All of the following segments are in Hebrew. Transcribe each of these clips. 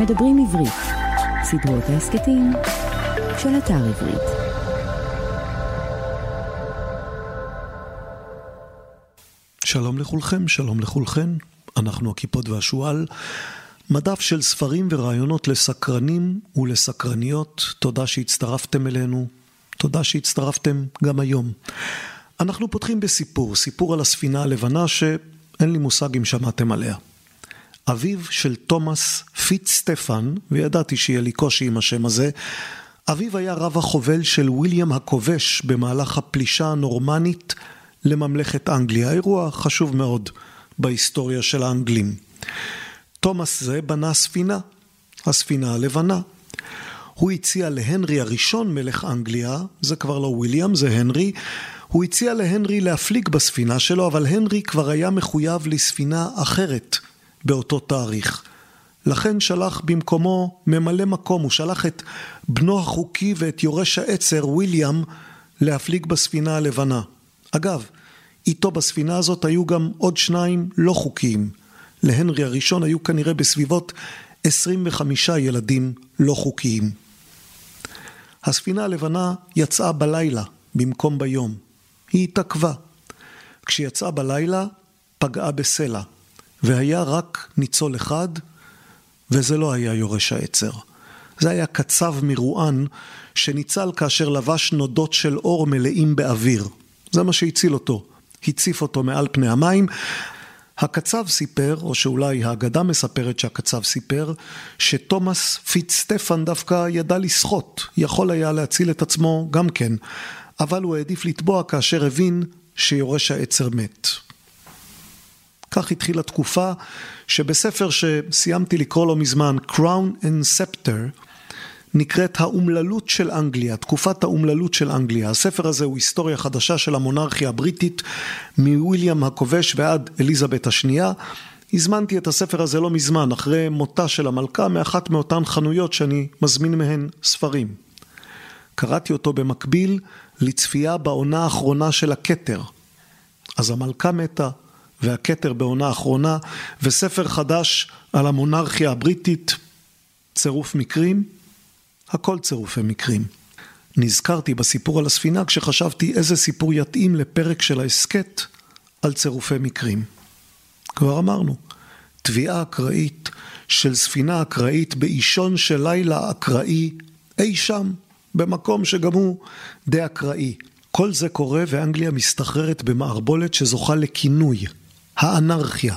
מדברים עברית, סדרות ההסקטים של אתר עברית. שלום לכולכם, שלום לכולכן, אנחנו הכיפות והשואל, מדף של ספרים ורעיונות לסקרנים ולסקרניות. תודה שהצטרפתם אלינו, תודה שהצטרפתם גם היום. אנחנו פותחים בסיפור, סיפור על הספינה הלבנה שאין לי מושג אם שמעתם עליה. אביו של תומאס פיטסטפן, וידעתי שיהיה לי קושי עם השם הזה, אביו היה רב החובל של וויליאם הכובש במהלך הפלישה הנורמנית לממלכת אנגליה, אירוע חשוב מאוד בהיסטוריה של האנגלים. תומאס זה בנה ספינה, הספינה הלבנה. הוא הציע להנרי הראשון מלך אנגליה, זה כבר לא וויליאם, זה הנרי, הוא הציע להנרי להפליג בספינה שלו, אבל הנרי כבר היה מחויב לספינה אחרת באותו תאריך. לכן שלח במקומו ממלא מקום, הוא שלח את בנו החוקי ואת יורש העצר וויליאם להפליג בספינה הלבנה. אגב, איתו בספינה הזאת היו גם עוד שניים לא חוקיים. להנרי הראשון היו כנראה בסביבות 25 ילדים לא חוקיים. הספינה הלבנה יצאה בלילה במקום ביום. היא התעכבה. כשיצאה בלילה פגעה בסלע, והיה רק ניצול אחד, וזה לא היה יורש העצר. זה היה קצב מרואן שניצל כאשר לבש נודות של אור מלאים באוויר. זה מה שהציל אותו, הציף אותו מעל פני המים. הקצב סיפר, או שאולי האגדה מספרת שהקצב סיפר, שתומאס פיטסטפן דווקא ידע לשחות, יכול היה להציל את עצמו גם כן, אבל הוא העדיף לטבוע כאשר הבין שיורש העצר מת. כך התחילה תקופה שבספר שסיימתי לקרוא לו מזמן, Crown and Scepter, נקראת האומללות של אנגליה, תקופת האומללות של אנגליה. הספר הזה הוא היסטוריה חדשה של המונרכיה הבריטית, מוויליאם הכובש ועד אליזבת השנייה. הזמנתי את הספר הזה לא מזמן, אחרי מותה של המלכה, מאחת מאותן חנויות שאני מזמין מהן ספרים. קראתי אותו במקביל לצפייה בעונה האחרונה של הכתר. אז המלכה מתה, והכתר בעונה האחרונה, וספר חדש על המונרכיה הבריטית, צירוף מקרים, הכל צירופי מקרים. נזכרתי בסיפור על הספינה כשחשבתי איזה סיפור יתאים לפרק של ההסקט על צירופי מקרים. כבר אמרנו, תביעה אקראית של ספינה אקראית באישון של לילה אקראי, אי שם, במקום שגם הוא די אקראי. כל זה קורה ואנגליה מסתחררת במערבולת שזוכה לכינוי, האנרכיה.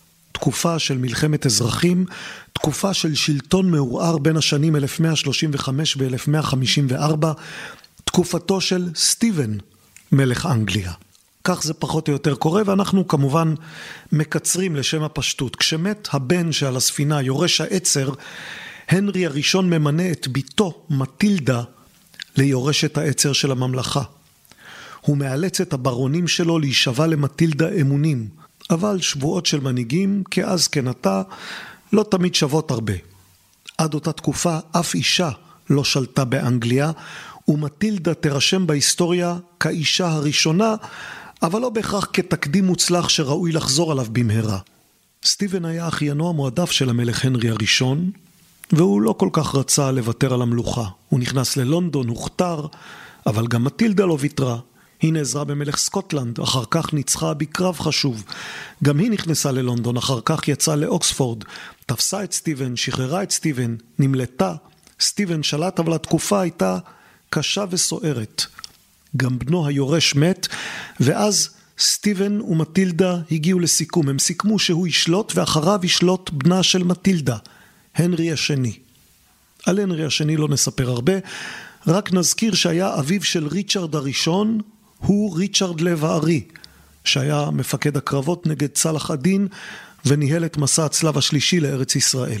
תקופה של מלחמת אזרחים, תקופה של שלטון מעורער בין השנים 1135 ו-1154, תקופתו של סטיבן, מלך אנגליה. כך זה פחות או יותר קורה, ואנחנו כמובן מקצרים לשם הפשטות. כשמת הבן שעל הספינה, יורש העצר, הנרי הראשון ממנה את ביתו, מטילדה, ליורשת העצר של הממלכה. הוא מאלץ את הברונים שלו להישבע למטילדה אמונים, אבל שבועות של מנהיגים, כאז כנתה, לא תמיד שוות הרבה. עד אותה תקופה אף אישה לא שלטה באנגליה, ומטילדה תרשם בהיסטוריה כאישה הראשונה, אבל לא בהכרח כתקדים מוצלח שראוי לחזור עליו במהרה. סטיבן היה אחיינו המועדף של המלך הנרי הראשון, והוא לא כל כך רצה לוותר על המלוכה. הוא נכנס ללונדון, הוכתר, אבל גם מטילדה לא ויתרה. היא נעזרה במלך סקוטלנד, אחר כך ניצחה בקרב חשוב. גם היא נכנסה ללונדון, אחר כך יצאה לאוקספורד, תפסה את סטיבן, שחררה את סטיבן, נמלטה. סטיבן שלט, אבל התקופה הייתה קשה וסוערת. גם בנו היורש מת, ואז סטיבן ומטילדה הגיעו לסיכום. הם סיכמו שהוא ישלוט, ואחריו ישלוט בנה של מטילדה, הנרי השני. על הנרי השני לא נספר הרבה, רק נזכיר שהיה אביו של ריצ'רד הראשון, הוא ריצ'רד לב הארי, שהיה מפקד הקרבות נגד צלח הדין, וניהל את מסע הצלב השלישי לארץ ישראל.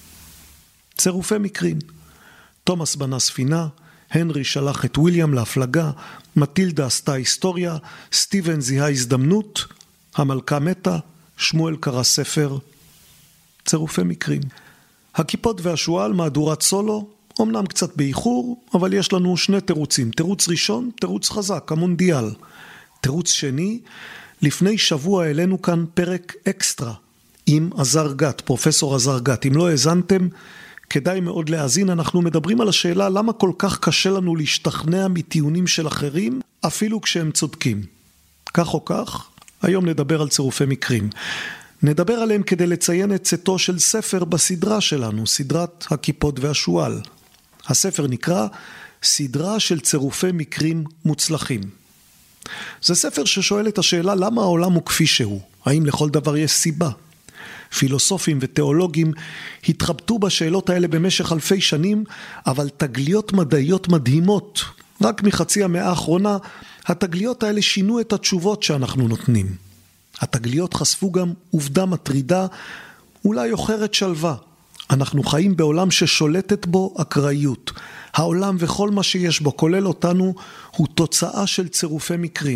צירופי מקרים. תומאס בנה ספינה, הנרי שלח את וויליאם להפלגה, מטילדה עשתה היסטוריה, סטיבן זיהה הזדמנות, המלכה מתה, שמואל קרא ספר. צירופי מקרים. הכיפות והשואל, מהדורת סולו, אמנם קצת באיחור, אבל יש לנו שני תירוצים. תירוץ ראשון, תירוץ חזק, המונדיאל. תירוץ שני, לפני שבוע העלינו כאן פרק אקסטרה, עם עזר גת, פרופסור עזר גת. אם לא האזנתם, כדאי מאוד להאזין. אנחנו מדברים על השאלה למה כל כך קשה לנו להשתכנע מטיעונים של אחרים, אפילו כשהם צודקים. כך או כך, היום נדבר על צירופי מקרים. נדבר עליהם כדי לציין את צאתו של ספר בסדרה שלנו, סדרת הכיפות והשועל. הספר נקרא סדרה של צירופי מקרים מוצלחים. זה ספר ששואל את השאלה למה העולם הוא כפי שהוא, האם לכל דבר יש סיבה. פילוסופים ותיאולוגים התחבטו בשאלות האלה במשך אלפי שנים, אבל תגליות מדעיות מדהימות, רק מחצי המאה האחרונה, התגליות האלה שינו את התשובות שאנחנו נותנים. התגליות חשפו גם עובדה מטרידה, אולי יוחרת שלווה. אנחנו חיים בעולם ששולטת בו אקראיות. העולם וכל מה שיש בו, כולל אותנו, הוא תוצאה של צירופי מקרים.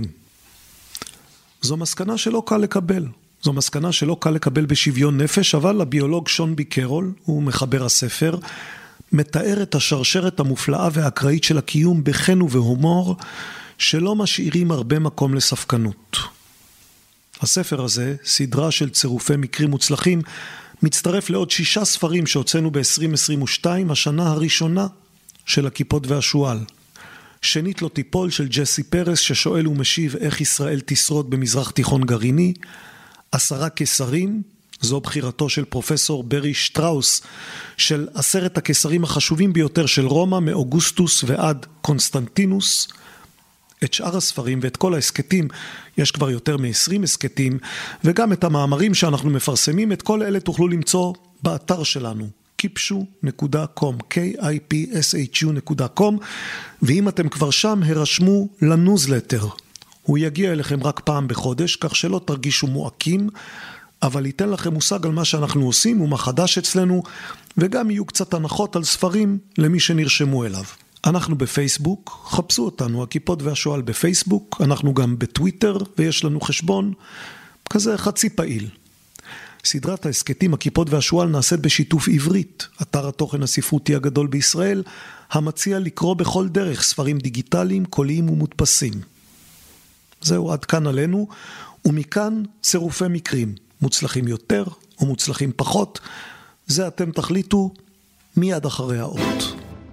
זו מסקנה שלא קל לקבל. זו מסקנה שלא קל לקבל בשוויון נפש, אבל הביולוג שון בי קרול, הוא מחבר הספר, מתאר את השרשרת המופלאה והאקראית של הקיום בחן ובהומור, שלא משאירים הרבה מקום לספקנות. הספר הזה, סדרה של צירופי מקרים מוצלחים, מצטרף לעוד 6 ספרים שהוצאנו ב-2022, השנה הראשונה של הכיפות והשועל. שנית לא תיפול של ג'סי פרס ששואל ומשיב איך ישראל תשרוד במזרח תיכון גרעיני. 10 קיסרים, זו בחירתו של פרופסור ברי שטראוס, של 10 הקיסרים החשובים ביותר של רומא, מאוגוסטוס ועד קונסטנטינוס. את שאר הספרים ואת כל העסקטים, יש כבר יותר מ-20 עסקטים, וגם את המאמרים שאנחנו מפרסמים, את כל אלה תוכלו למצוא באתר שלנו, kipshu.com, kipshu.com, ואם אתם כבר שם, הרשמו לניוזלטר. הוא יגיע אליכם רק פעם בחודש, כך שלא תרגישו מועקים, אבל ייתן לכם מושג על מה שאנחנו עושים ומה חדש אצלנו, וגם יהיו קצת הנחות על ספרים למי שנרשמו אליו. אנחנו בפייסבוק, חפשו אותנו, הכיפות והשועל בפייסבוק, אנחנו גם בטוויטר, ויש לנו חשבון כזה חצי פעיל. סדרת העסקטים הכיפות והשועל נעשית בשיתוף עברית, אתר התוכן הספרותי הגדול בישראל, המציע לקרוא בכל דרך ספרים דיגיטליים, קוליים ומודפסים. זהו, עד כאן עלינו, ומכאן צירופי מקרים, מוצלחים יותר או מוצלחים פחות, זה אתם תחליטו מיד אחרי האות.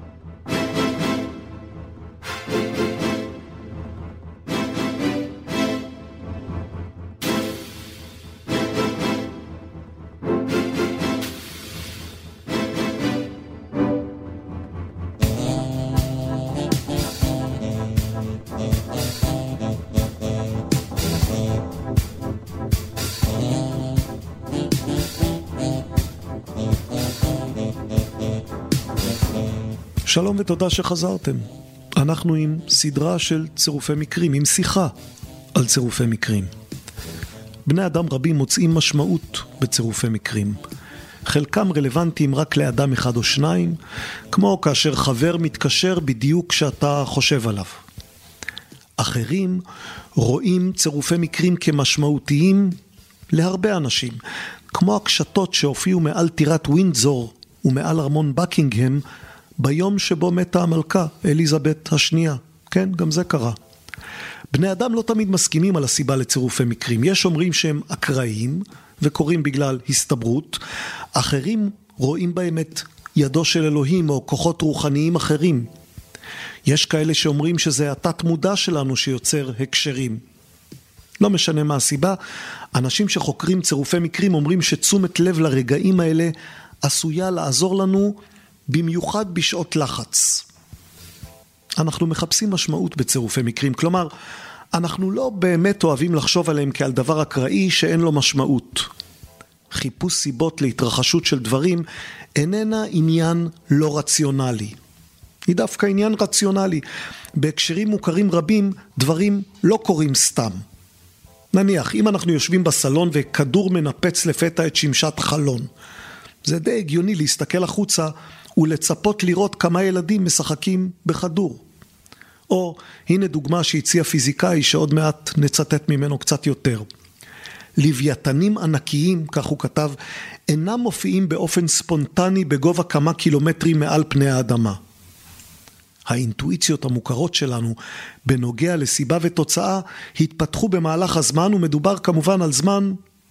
שלום ותודה שחזרתם. אנחנו עם סדרה של צירופי מקרים, עם שיחה על צירופי מקרים. בני אדם רבים מוצאים משמעות בצירופי מקרים. חלקם רלוונטיים רק לאדם אחד או שניים, כמו כאשר חבר מתקשר בדיוק כשאתה חושב עליו. אחרים רואים צירופי מקרים כמשמעותיים להרבה אנשים, כמו הקשתות שהופיעו מעל טירת ווינדזור ומעל ארמון בקינגהם, ביום שבו מתה המלכה, אליזבת השנייה. כן, גם זה קרה. בני אדם לא תמיד מסכימים על הסיבה לצירופי מקרים. יש אומרים שהם אקראיים וקוראים בגלל הסתברות. אחרים רואים בהם את ידו של אלוהים או כוחות רוחניים אחרים. יש כאלה שאומרים שזה התת מודע שלנו שיוצר הקשרים. לא משנה מה הסיבה. אנשים שחוקרים צירופי מקרים אומרים שתשומת לב לרגעים האלה עשויה לעזור לנו במיוחד בשעות לחץ. אנחנו מחפשים משמעות בצירופי מקרים, כלומר, אנחנו לא באמת אוהבים לחשוב עליהם כעל דבר אקראי שאין לו משמעות. חיפוש סיבות להתרחשות של דברים איננה עניין לא רציונלי. היא דווקא עניין רציונלי. בהקשרים מוכרים רבים, דברים לא קורים סתם. נניח, אם אנחנו יושבים בסלון וכדור מנפץ לפתע את שמשת חלון, זה די הגיוני להסתכל החוצה ולצפות לראות כמה ילדים משחקים בכדור. או הנה דוגמה שהציע פיזיקאי שעוד מעט נצטט ממנו קצת יותר. לוויתנים ענקיים, כך הוא כתב, אינם מופיעים באופן ספונטני בגובה כמה קילומטרים מעל פני האדמה. האינטואיציות המוכרות שלנו בנוגע לסיבה ותוצאה התפתחו במהלך הזמן, ומדובר כמובן על זמן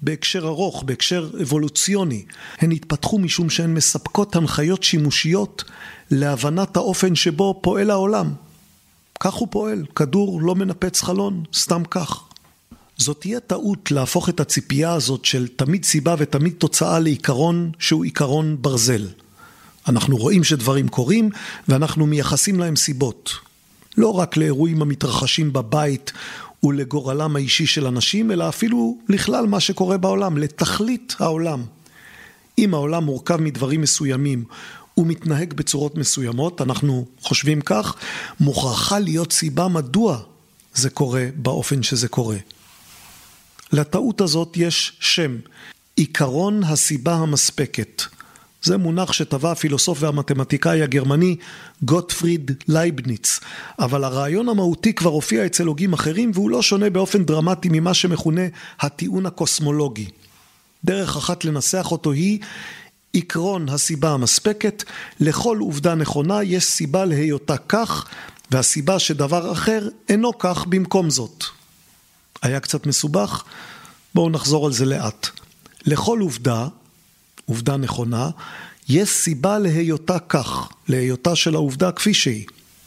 בהקשר ארוך, בהקשר אבולוציוני. הן התפתחו משום שהן מספקות הנחיות שימושיות להבנת האופן שבו פועל העולם. כך הוא פועל, כדור לא מנפץ חלון, סתם כך. זאת תהיה טעות להפוך את הציפייה הזאת של תמיד סיבה ותמיד תוצאה לעיקרון שהוא עיקרון ברזל. אנחנו רואים שדברים קורים ואנחנו מייחסים להם סיבות. לא רק לאירועים המתרחשים בבית ולגורלם האישי של אנשים, אלא אפילו לכלל מה שקורה בעולם, לתכלית העולם. אם העולם מורכב מדברים מסוימים ומתנהג בצורות מסוימות, אנחנו חושבים כך, מוכרחה להיות סיבה מדוע זה קורה באופן שזה קורה. לטעות הזאת יש שם, עיקרון הסיבה המספקת. זה מונח שטבע הפילוסוף והמתמטיקאי הגרמני גוטפריד לייבניץ, אבל הרעיון המהותי כבר הופיע אצל הוגים אחרים, והוא לא שונה באופן דרמטי ממה שמכונה הטיעון הקוסמולוגי. דרך אחת לנסח אותו היא עקרון הסיבה המספקת. לכל עובדה נכונה יש סיבה להיותה כך, והסיבה שדבר אחר אינו כך במקום זאת. היה קצת מסובך? בואו נחזור על זה לאט. לכל עובדה נכונה, יש סיבה להיותה כך, להיותה של העובדה כפי שהיא.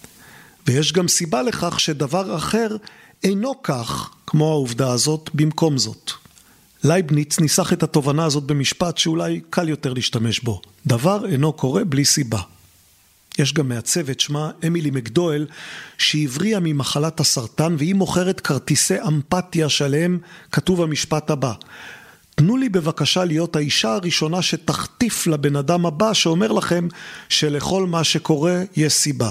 ויש גם סיבה לכך שדבר אחר אינו כך, כמו העובדה הזאת, במקום זאת. לייבניץ ניסח את התובנה הזאת במשפט שאולי קל יותר להשתמש בו. דבר אינו קורה בלי סיבה. יש גם מעצבת שמה אמילי מקדואל, שהבריאה ממחלת הסרטן, והיא מוכרת כרטיסי אמפתיה שעליהם כתוב המשפט הבא: תנו לי בבקשה להיות האישה הראשונה שתחטיף לבן אדם הבא שאומר לכם שלכל מה שקורה יש סיבה.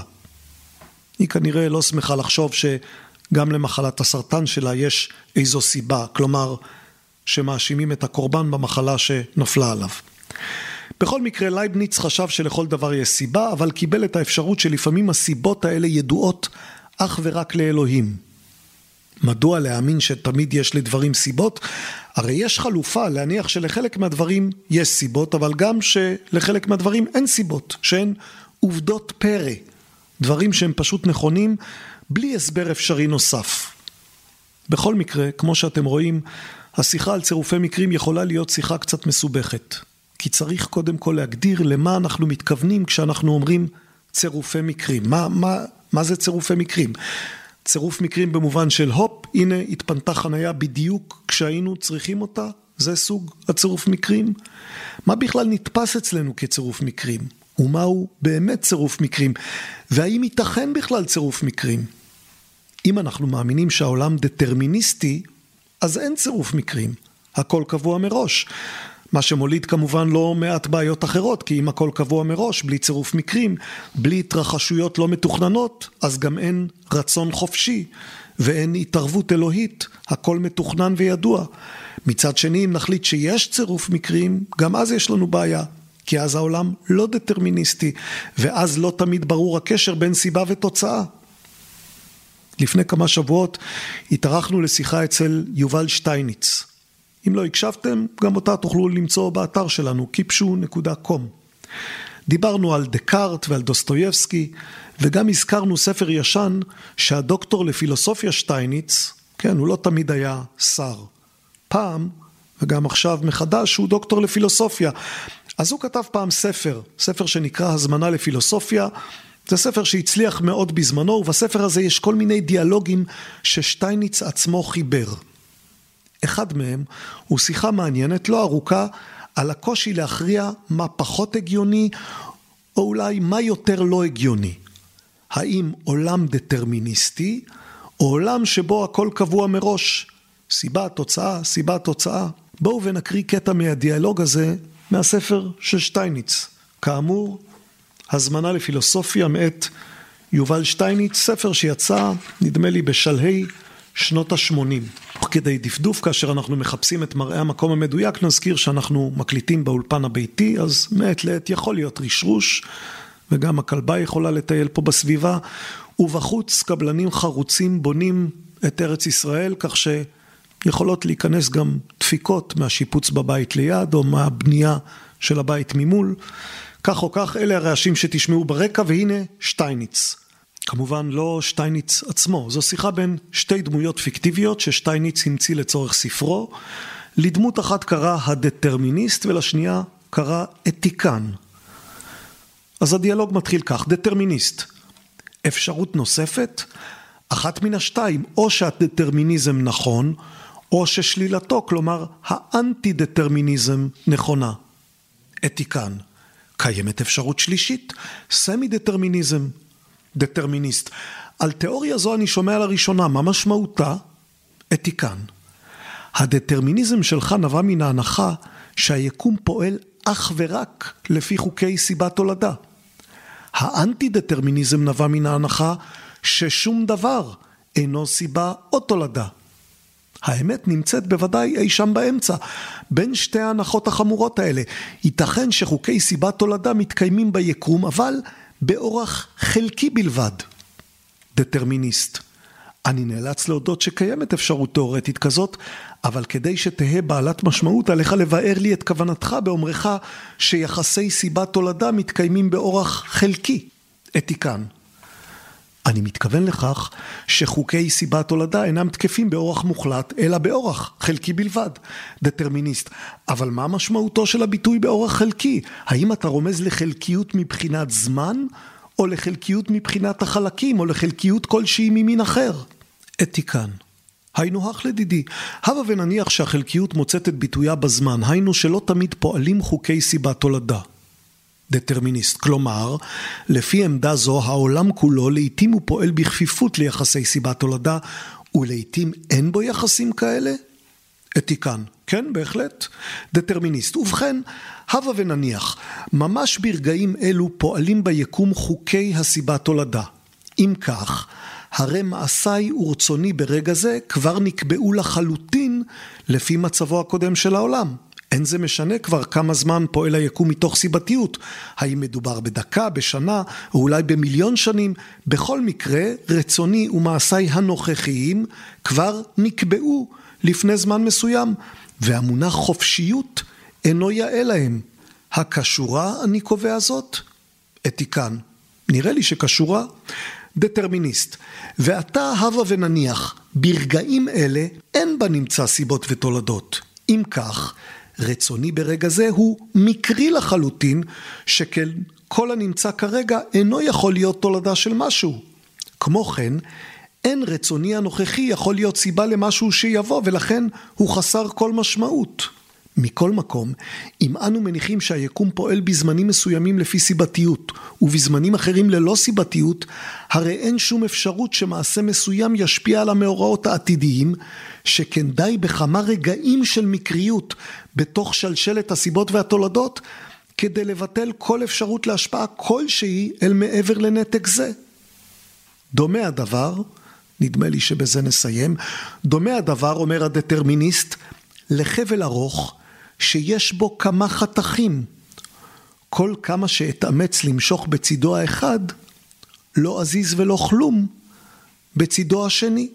היא כנראה לא שמחה לחשוב שגם למחלת הסרטן שלה יש איזו סיבה, כלומר שמאשימים את הקורבן במחלה שנפלה עליו. בכל מקרה, לייבניץ חשב שלכל דבר יש סיבה, אבל קיבל את האפשרות שלפעמים הסיבות האלה ידועות אך ורק לאלוהים. מדוע להאמין שתמיד יש לדברים סיבות? הרי יש חלופה להניח שלחלק מהדברים יש סיבות, אבל גם שלחלק מהדברים אין סיבות, שהן עובדות פרא, דברים שהם פשוט נכונים, בלי הסבר אפשרי נוסף. בכל מקרה, כמו שאתם רואים, השיחה על צירופי מקרים יכולה להיות שיחה קצת מסובכת. כי צריך קודם כל להגדיר למה אנחנו מתכוונים כשאנחנו אומרים צירופי מקרים. מה זה צירופי מקרים? צירוף מקרים במובן של הופ, הנה התפנתה חניה בדיוק כשהיינו צריכים אותה, זה סוג הצירוף מקרים. מה בכלל נתפס אצלנו כצירוף מקרים? ומהו באמת צירוף מקרים? והאם ייתכן בכלל צירוף מקרים? אם אנחנו מאמינים שהעולם דטרמיניסטי, אז אין צירוף מקרים. הכל קבוע מראש. מה שמוליד כמובן לא מעט בעיות אחרות, כי אם הכל קבוע מראש, בלי צירוף מקרים, בלי התרחשויות לא מתוכננות, אז גם אין רצון חופשי, ואין התערבות אלוהית, הכל מתוכנן וידוע. מצד שני, אם נחליט שיש צירוף מקרים, גם אז יש לנו בעיה, כי אז העולם לא דטרמיניסטי, ואז לא תמיד ברור הקשר בין סיבה ותוצאה. לפני כמה שבועות התארחנו לשיחה אצל יובל שטייניץ. אם לא הקשבתם, גם אותה תוכלו למצוא באתר שלנו, kipshu.com. דיברנו על דקארט ועל דוסטויבסקי, וגם הזכרנו ספר ישן שהדוקטור לפילוסופיה שטייניץ, כן, הוא לא תמיד היה שר. פעם, וגם עכשיו מחדש, הוא דוקטור לפילוסופיה. אז הוא כתב פעם ספר שנקרא הזמנה לפילוסופיה. זה ספר שהצליח מאוד בזמנו, ובספר הזה יש כל מיני דיאלוגים ששטייניץ עצמו חיבר. אחד מהם הוא שיחה מעניינת, לא ארוכה, על הקושי להכריע מה פחות הגיוני, או אולי מה יותר לא הגיוני. האם עולם דטרמיניסטי, או עולם שבו הכל קבוע מראש? סיבה, תוצאה, סיבה, תוצאה. בואו ונקריא קטע מהדיאלוג הזה, מהספר של שטייניץ. כאמור, הזמנה לפילוסופיה מאת יובל שטייניץ, ספר שיצא, נדמה לי, בשלהי שנות ה-80. כדי דפדוף, כאשר אנחנו מחפשים את מראה המקום המדויק, נזכיר שאנחנו מקליטים באולפן הביתי, אז מעת לעת יכול להיות רשרוש, וגם הכלבה יכולה לטייל פה בסביבה, ובחוץ קבלנים חרוצים בונים את ארץ ישראל, כך שיכולות להיכנס גם דפיקות מהשיפוץ בבית ליד, או מהבנייה של הבית ממול. כך או כך, אלה הרעשים שתשמעו ברקע, והנה שטייניץ. כמובן לא שטייניץ עצמו, זו שיחה בין שתי דמויות פיקטיביות ששטייניץ המציא לצורך ספרו, לדמות אחת קרא הדטרמיניסט ולשנייה קרא אתיקן. אז הדיאלוג מתחיל כך, דטרמיניסט. אפשרות נוספת, אחת מן השתיים, או שהדטרמיניזם נכון, או ששלילתו, כלומר האנטי-דטרמיניזם נכונה. אתיקן. קיימת אפשרות שלישית, סמי-דטרמיניזם. דטרמיניסט. על תיאוריה זו אני שומע לראשונה, מה משמעותה? אתיקן. הדטרמיניזם שלך נבע מן ההנחה שהיקום פועל אך ורק לפי חוקי סיבת הולדה. האנטי-דטרמיניזם נבע מן ההנחה ששום דבר אינו סיבה או תולדה. האמת נמצאת בוודאי אי שם באמצע, בין שתי ההנחות החמורות האלה. ייתכן שחוקי סיבת הולדה מתקיימים ביקום, אבל באורח חלקי בלבד. דטרמיניסט. אני נאלץ להודות שקיימת אפשרות תיאורטית כזאת, אבל כדי שתהה בעלת משמעות עליך לבאר לי את כוונתך באומרך שיחסי סיבת הולדה מתקיימים באורח חלקי. אתיקן. אני מתכוון לכך שחוקי סיבת הולדה אינם תקפים באורח מוחלט, אלא באורח חלקי בלבד. דטרמיניסט. אבל מה משמעותו של הביטוי באורח חלקי? האם אתה רומז לחלקיות מבחינת זמן, או לחלקיות מבחינת החלקים, או לחלקיות כלשהי ממין אחר? אתיקן. היינו הך לדידי, הבה ונניח שהחלקיות מוצאת את ביטויה בזמן, היינו שלא תמיד פועלים חוקי סיבת הולדה. דטרמיניסט, כלומר, לפי עמדה זו העולם כולו לעתים הוא פועל בכפיפות ליחסי סיבת הולדה, ולעתים אין בו יחסים כאלה? אתיקן, כן, בהחלט. דטרמיניסט, ובכן, הבה ונניח, ממש ברגעים אלו פועלים ביקום חוקי הסיבת הולדה. אם כך, הרי מעשיי ורצוני ברגע זה כבר נקבעו לחלוטין לפי מצבו הקודם של העולם. אין זה משנה כבר כמה זמן פועל היקום מתוך סיבתיות. האם מדובר בדקה, בשנה, או אולי במיליון שנים. בכל מקרה, רצוני ומעשיי הנוכחיים כבר נקבעו לפני זמן מסוים, והמונח חופשיות אינו יאה להם. הקשורה אני קובע זאת? אתיקן. נראה לי שקשורה. דטרמיניסט. ואתה הבה ונניח, ברגעים אלה אין בה נמצא סיבות ותולדות. אם כך, רצוני ברגע זה הוא מקרי לחלוטין, שכן כל הנמצא כרגע אינו יכול להיות תולדה של משהו. כמו כן, אין רצוני הנוכחי יכול להיות סיבה למשהו שיבוא, ולכן הוא חסר כל משמעות. מכל מקום, אם אנו מניחים שהיקום פועל בזמנים מסוימים לפי סיבתיות, ובזמנים אחרים ללא סיבתיות, הרי אין שום אפשרות שמעשה מסוים ישפיע על המאורעות העתידיים, שכן די בכמה רגעים של מקריות בתוך שלשלת הסיבות והתולדות, כדי לבטל כל אפשרות להשפעה כלשהי אל מעבר לנתק זה. דומה הדבר, נדמה לי שבזה נסיים, דומה הדבר, אומר הדטרמיניסט, לחבל ארוך שיש בו כמה חתכים. כל כמה שאתאמץ למשוך בצידו האחד, לא עזיז ולא כלום בצידו השני.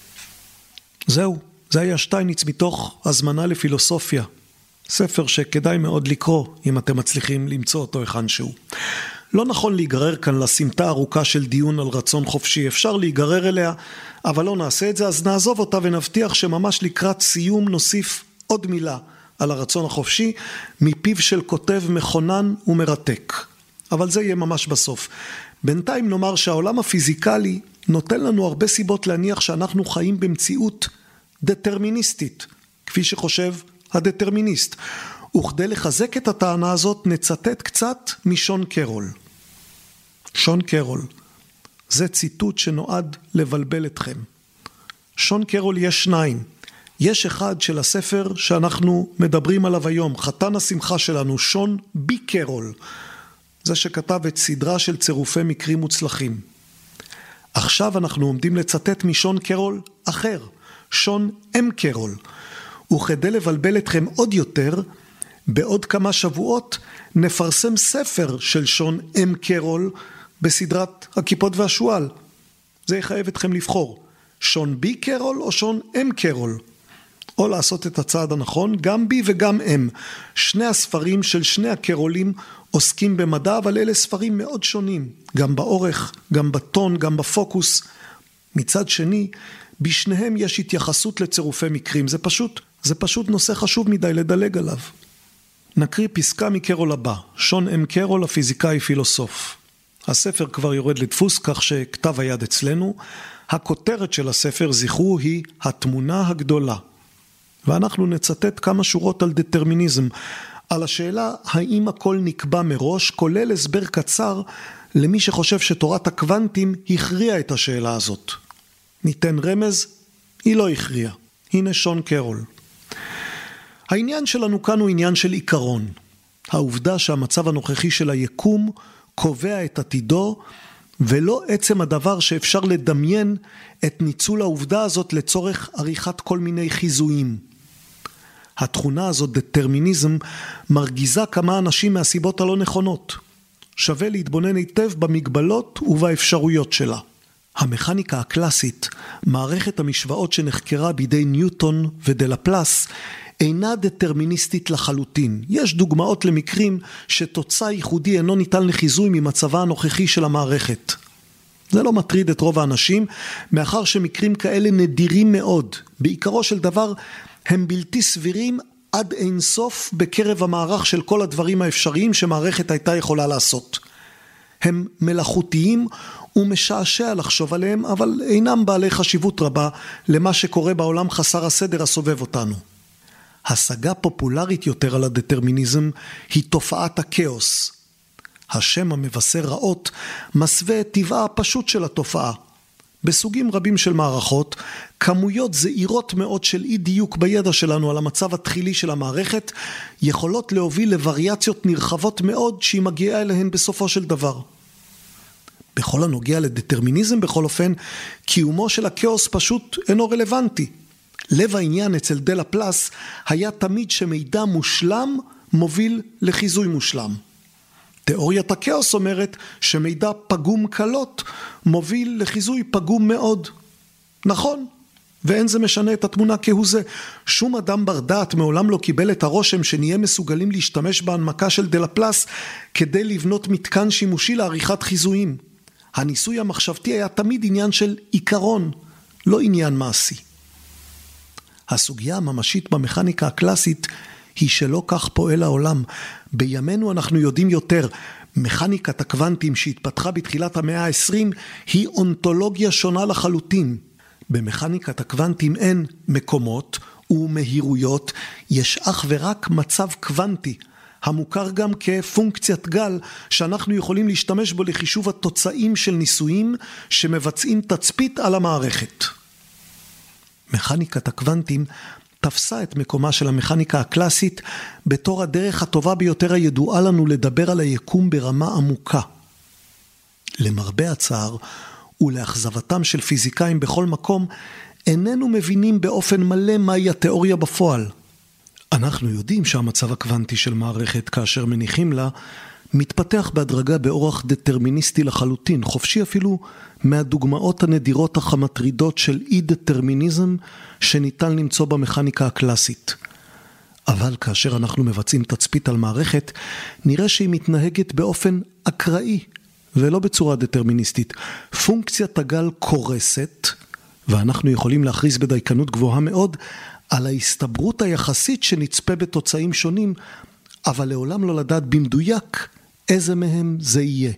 זהו, זה היה שטייניץ מתוך הזמנה לפילוסופיה. ספר שכדאי מאוד לקרוא אם אתם מצליחים למצוא אותו היכן שהוא. לא נכון להיגרר כאן לסמטה ארוכה של דיון על רצון חופשי, אפשר להיגרר אליה, אבל לא נעשה את זה, אז נעזוב אותה ונבטיח שממש לקראת סיום נוסיף עוד מילה על הרצון החופשי, מפיו של כותב מכונן ומרתק. אבל זה יהיה ממש בסוף. בינתיים נאמר שהעולם הפיזיקלי נותן לנו הרבה סיבות להניח שאנחנו חיים במציאות דטרמיניסטית, כפי שחושב הדטרמיניסט. וכדי לחזק את הטענה הזאת נצטט קצת משון קרול. שון קרול, זה ציטוט שנועד לבלבל אתכם. שון קרול יש שניים. יש אחד של הספר שאנחנו מדברים עליו היום, חתן השמחה שלנו, שון בי קרול. זה שכתב את סדרה של צירופי מקרים מוצלחים. עכשיו אנחנו עומדים לצטט משון קרול אחר, שון אם קרול. וכדי לבלבל אתכם עוד יותר, בעוד כמה שבועות נפרסם ספר של שון אם קרול בסדרת הכיפות והשואל. זה יחייב אתכם לבחור, שון בי קרול או שון אם קרול. או לעשות את הצעד הנכון, גם בי וגם אם. שני הספרים של שני הקרולים עוסקים במדע, אבל אלה ספרים מאוד שונים, גם באורך, גם בטון, גם בפוקוס. מצד שני, בשניהם יש התייחסות לצירופי מקרים, זה פשוט זה פשוט נושא חשוב מדי לדלג עליו. נקריא פסקה מקרול הבא, שון אם קרול, הפיזיקאי פילוסוף. הספר כבר יורד לדפוס, כך שכתב היד אצלנו. הכותרת של הספר, זכרו, היא התמונה הגדולה. ואנחנו נצטט כמה שורות על דטרמיניזם, על השאלה האם הכל נקבע מראש, כולל הסבר קצר למי שחושב שתורת הקוונטים הכריעה את השאלה הזאת. ניתן רמז, היא לא הכריעה. הנה שון קרול. העניין שלנו כאן הוא עניין של עיקרון. העובדה שהמצב הנוכחי של היקום קובע את עתידו, ולא עצם הדבר שאפשר לדמיין את ניצול העובדה הזאת לצורך עריכת כל מיני חיזויים. התכונה הזאת, דטרמיניזם, מרגיזה כמה אנשים מהסיבות הלא נכונות. שווה להתבונן היטב במגבלות ובאפשרויות שלה. המכניקה הקלאסית, מערכת המשוואות שנחקרה בידי ניוטון ודלפלס, אינה דטרמיניסטית לחלוטין. יש דוגמאות למקרים שתוצא ייחודי אינו ניתן לחיזוי ממצבה הנוכחי של המערכת. זה לא מטריד את רוב האנשים, מאחר שמקרים כאלה נדירים מאוד. בעיקרו של דבר הם בלתי סבירים עד אין סוף בקרב המערך של כל הדברים האפשריים שמערכת הייתה יכולה לעשות. הם מלאכותיים ומשעשע לחשוב עליהם, אבל אינם בעלי חשיבות רבה למה שקורה בעולם חסר הסדר הסובב אותנו. השגה פופולרית יותר על הדטרמיניזם היא תופעת הכאוס. השם המבשר רעות מסווה את טבעה הפשוט של התופעה. בסוגים רבים של מערכות, כמויות זעירות מאוד של אי דיוק בידע שלנו על המצב התחילי של המערכת, יכולות להוביל לווריאציות נרחבות מאוד שהיא מגיעה אליהן בסופו של דבר. בכל הנוגע לדטרמיניזם בכל אופן, קיומו של הכאוס פשוט אינו רלוונטי. לב העניין אצל דלפלס היה תמיד שמידע מושלם מוביל לחיזוי מושלם. תיאוריית הכאוס אומרת שמידע פגום קלות מוביל לחיזוי פגום מאוד. נכון, ואין זה משנה את התמונה כהוא זה. שום אדם בר דעת מעולם לא קיבל את הרושם שנהיה מסוגלים להשתמש בהנמקה של דלפלס כדי לבנות מתקן שימושי לעריכת חיזויים. הניסוי המחשבתי היה תמיד עניין של עיקרון, לא עניין מעשי. הסוגיה הממשית במכניקה הקלאסית היא שלא כך פועל העולם. בימינו אנחנו יודעים יותר. מכניקת הקוונטים שהתפתחה בתחילת המאה ה-20 היא אונתולוגיה שונה לחלוטין. במכניקת הקוונטים אין מקומות ומהירויות, יש אך ורק מצב קוונטי, המוכר גם כפונקציית גל, שאנחנו יכולים להשתמש בו לחישוב התוצאים של ניסויים שמבצעים תצפית על המערכת. מכניקת הקוונטים תפסה את מקומה של המכניקה הקלאסית בתור הדרך הטובה ביותר הידועה לנו לדבר על היקום ברמה עמוקה. למרבה הצער ולאכזבתם של פיזיקאים בכל מקום, איננו מבינים באופן מלא מהי התיאוריה בפועל. אנחנו יודעים שהמצב הקוונטי של מערכת, כאשר מניחים לה, מתפתח בהדרגה באורח דטרמיניסטי לחלוטין, חופשי אפילו מהדוגמאות הנדירות המטרידות של אי-דטרמיניזם שניתן למצוא במכניקה הקלאסית. אבל כאשר אנחנו מבצעים תצפית על מערכת, נראה שהיא מתנהגת באופן אקראי ולא בצורה דטרמיניסטית. פונקציית הגל קורסת, ואנחנו יכולים להכריז בדייקנות גבוהה מאוד על ההסתברות היחסית שנצפה בתוצאים שונים, אבל לעולם לא לדעת במדויק איזה מהם זה יהיה.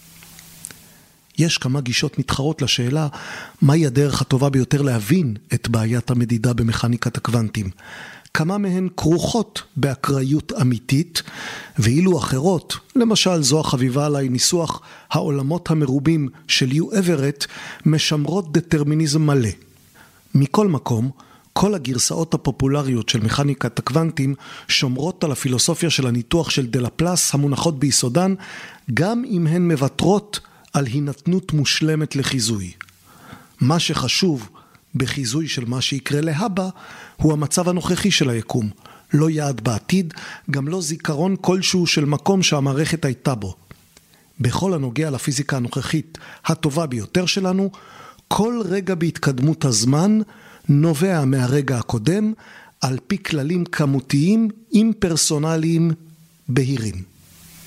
יש כמה גישות מתחרות לשאלה מהי הדרך הטובה ביותר להבין את בעיית המדידה במכניקת הקוונטים. כמה מהן כרוכות באקראיות אמיתית, ואילו אחרות, למשל זו החביבה עליי ניסוח העולמות המרובים של יו אברט, משמרות דטרמיניזם מלא. מכל מקום, כל הגרסאות הפופולריות של מכניקת הקוונטים שומרות על הפילוסופיה של הניתוח של דלפלס המונחות ביסודן, גם אם הן מבטרות על הינתנות מושלמת לחיזוי. מה שחשוב בחיזוי של מה שיקרה להבא הוא המצב הנוכחי של היקום. לא יעד בעתיד, גם לא זיכרון כלשהו של מקום שהמערכת הייתה בו. בכל הנוגע לפיזיקה הנוכחית הטובה ביותר שלנו, כל רגע בהתקדמות הזמן נובע מהרגע הקודם על פי כללים כמותיים אימפרסונליים בהירים.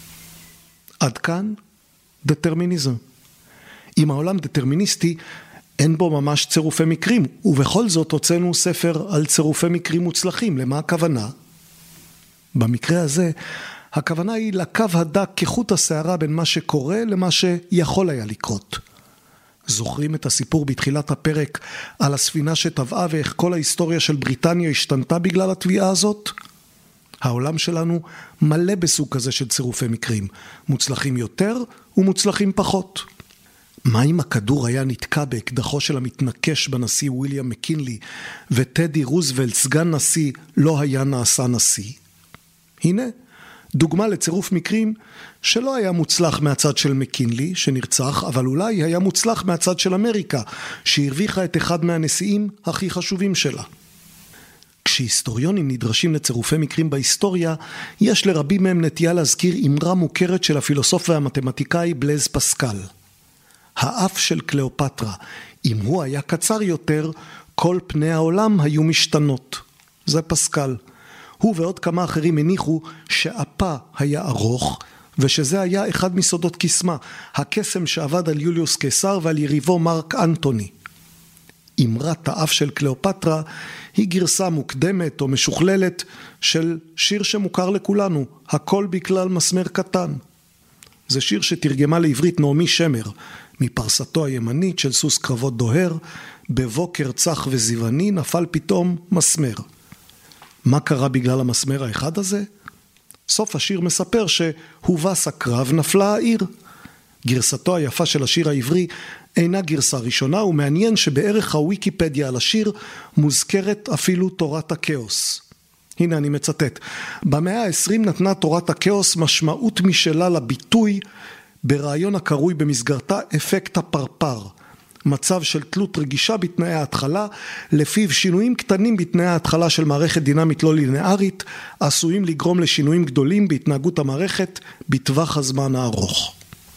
עד כאן דטרמיניזם. אם העולם דטרמיניסטי, אין בו ממש צירופי מקרים, ובכל זאת הוצאנו ספר על צירופי מקרים מוצלחים. למה הכוונה? במקרה הזה, הכוונה היא לקו הדק כחוט השערה בין מה שקורה למה שיכול היה לקרות. זוכרים את הסיפור בתחילת הפרק על הספינה שטבעה ואיך כל ההיסטוריה של בריטניה השתנתה בגלל התביעה הזאת? העולם שלנו מלא בסוג כזה של צירופי מקרים, מוצלחים יותר ומוצלחים פחות. מה אם הכדור היה נתקע באקדחו של המתנקש בנשיא וויליאם מקינלי, וטדי רוזוולט סגן נשיא לא היה נעשה נשיא? הנה, דוגמה לצירוף מקרים שלא היה מוצלח מהצד של מקינלי שנרצח, אבל אולי היה מוצלח מהצד של אמריקה, שהרוויחה את אחד מהנשיאים הכי חשובים שלה. כשהיסטוריונים נדרשים לצירופי מקרים בהיסטוריה, יש לרבים מהם נטייה להזכיר אמרה מוכרת של הפילוסוף והמתמטיקאי בלז פסקל. האף של קליאופטרה, אם הוא היה קצר יותר, כל פני העולם היו משתנות. זה פסקל. הוא ועוד כמה אחרים הניחו שאפה היה ארוך, ושזה היה אחד מסודות קסמה, הקסם שעבד על יוליוס קיסר ועל יריבו מרק אנטוני. אמרת האף של קליאופטרה היא גרסה מוקדמת או משוכללת של שיר שמוכר לכולנו, הכל בכלל מסמר קטן. זה שיר שתרגמה לעברית נעמי שמר, מפרסתו הימנית של סוס קרבות דוהר, בבוקר צח וזיווני נפל פתאום מסמר. מה קרה בגלל המסמר האחד הזה? סוף השיר מספר שהובס הקרב נפלה העיר. גרסתו היפה של השיר העברי אינה גרסה ראשונה, ומעניין שבערך הוויקיפדיה על השיר מוזכרת אפילו תורת הכאוס. הנה אני מצטט. במאה ה-20 נתנה תורת הכאוס משמעות משלה לביטוי ברעיון הקרוי במסגרתה אפקט הפרפר. מצב של תלות רגישה בתנאי ההתחלה, לפיו שינויים קטנים בתנאי ההתחלה של מערכת דינמית לא לינארית, עשויים לגרום לשינויים גדולים בהתנהגות המערכת בטווח הזמן הארוך.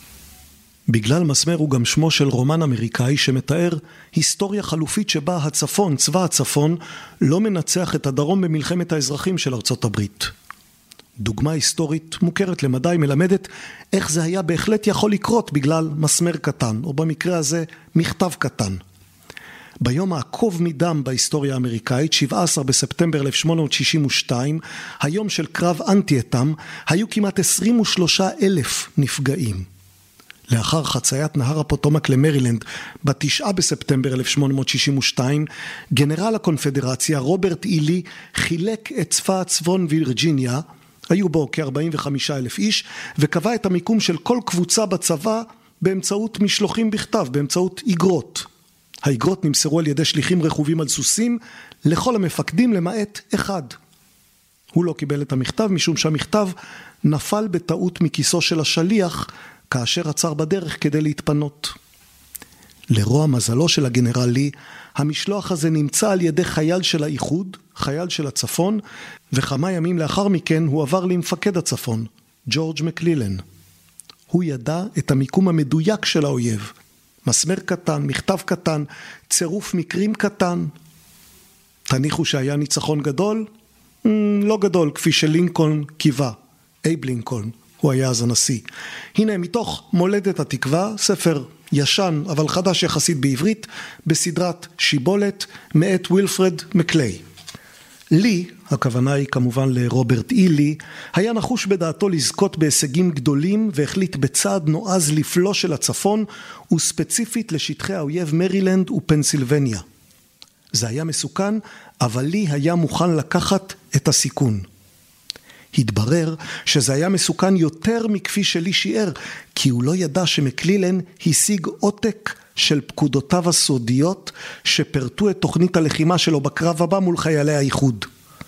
בגלל מסמר הוא גם שמו של רומן אמריקאי שמתאר היסטוריה חלופית שבה הצפון, צבא הצפון, לא מנצח את הדרום במלחמת האזרחים של ארצות הברית. דוגמה היסטורית מוכרת למדי מלמדת איך זה היה בהחלט יכול לקרות בגלל מסמר קטן, או במקרה הזה מכתב קטן. ביום העקוב מדם בהיסטוריה האמריקאית, 17 בספטמבר 1862, היום של קרב אנטייטם, היו כמעט 23,000 נפגעים. לאחר חציית נהר הפוטומק למרילנד, ב9 בספטמבר 1862, גנרל הקונפדרציה רוברט אילי חילק את צבא צפון וירג'יניה, היו בו כ-45,000 איש, וקבע את המיקום של כל קבוצה בצבא באמצעות משלוחים בכתב, באמצעות איגרות. האיגרות נמסרו על ידי שליחים רכובים על סוסים לכל המפקדים למעט אחד. הוא לא קיבל את המכתב משום שהמכתב נפל בטעות מכיסו של השליח כאשר עצר בדרך כדי להתפנות. לרוע מזלו של הגנרל לי, המשלוח הזה נמצא על ידי חייל של האיחוד, חייל של הצפון, וכמה ימים לאחר מכן הוא עבר למפקד הצפון, ג'ורג' מקלילן. הוא ידע את המיקום המדויק של האויב. מסמר קטן, מכתב קטן, צירוף מקרים קטן. תניחו שהיה ניצחון גדול? לא גדול, כפי שלינקולן קיווה. אייב לינקולן, הוא היה אז הנשיא. הנה, מתוך מולדת התקווה, ספר ישן אבל חדש יחסית בעברית, בסדרת שיבולת מאת וילפרד מקליי. לי, הכוונה היא כמובן לרוברט אילי, היה נחוש בדעתו לזכות בהישגים גדולים והחליט בצעד נועז לפלוש של הצפון וספציפית לשטחי האויב מרילנד ופנסילבניה. זה היה מסוכן, אבל לי היה מוכן לקחת את הסיכון. התברר שזה היה מסוכן יותר מכפי שלי שיער, כי הוא לא ידע שמקלילן השיג עותק של פקודותיו הסודיות שפרטו את תוכנית הלחימה שלו בקרב הבא מול חיילי האיחוד.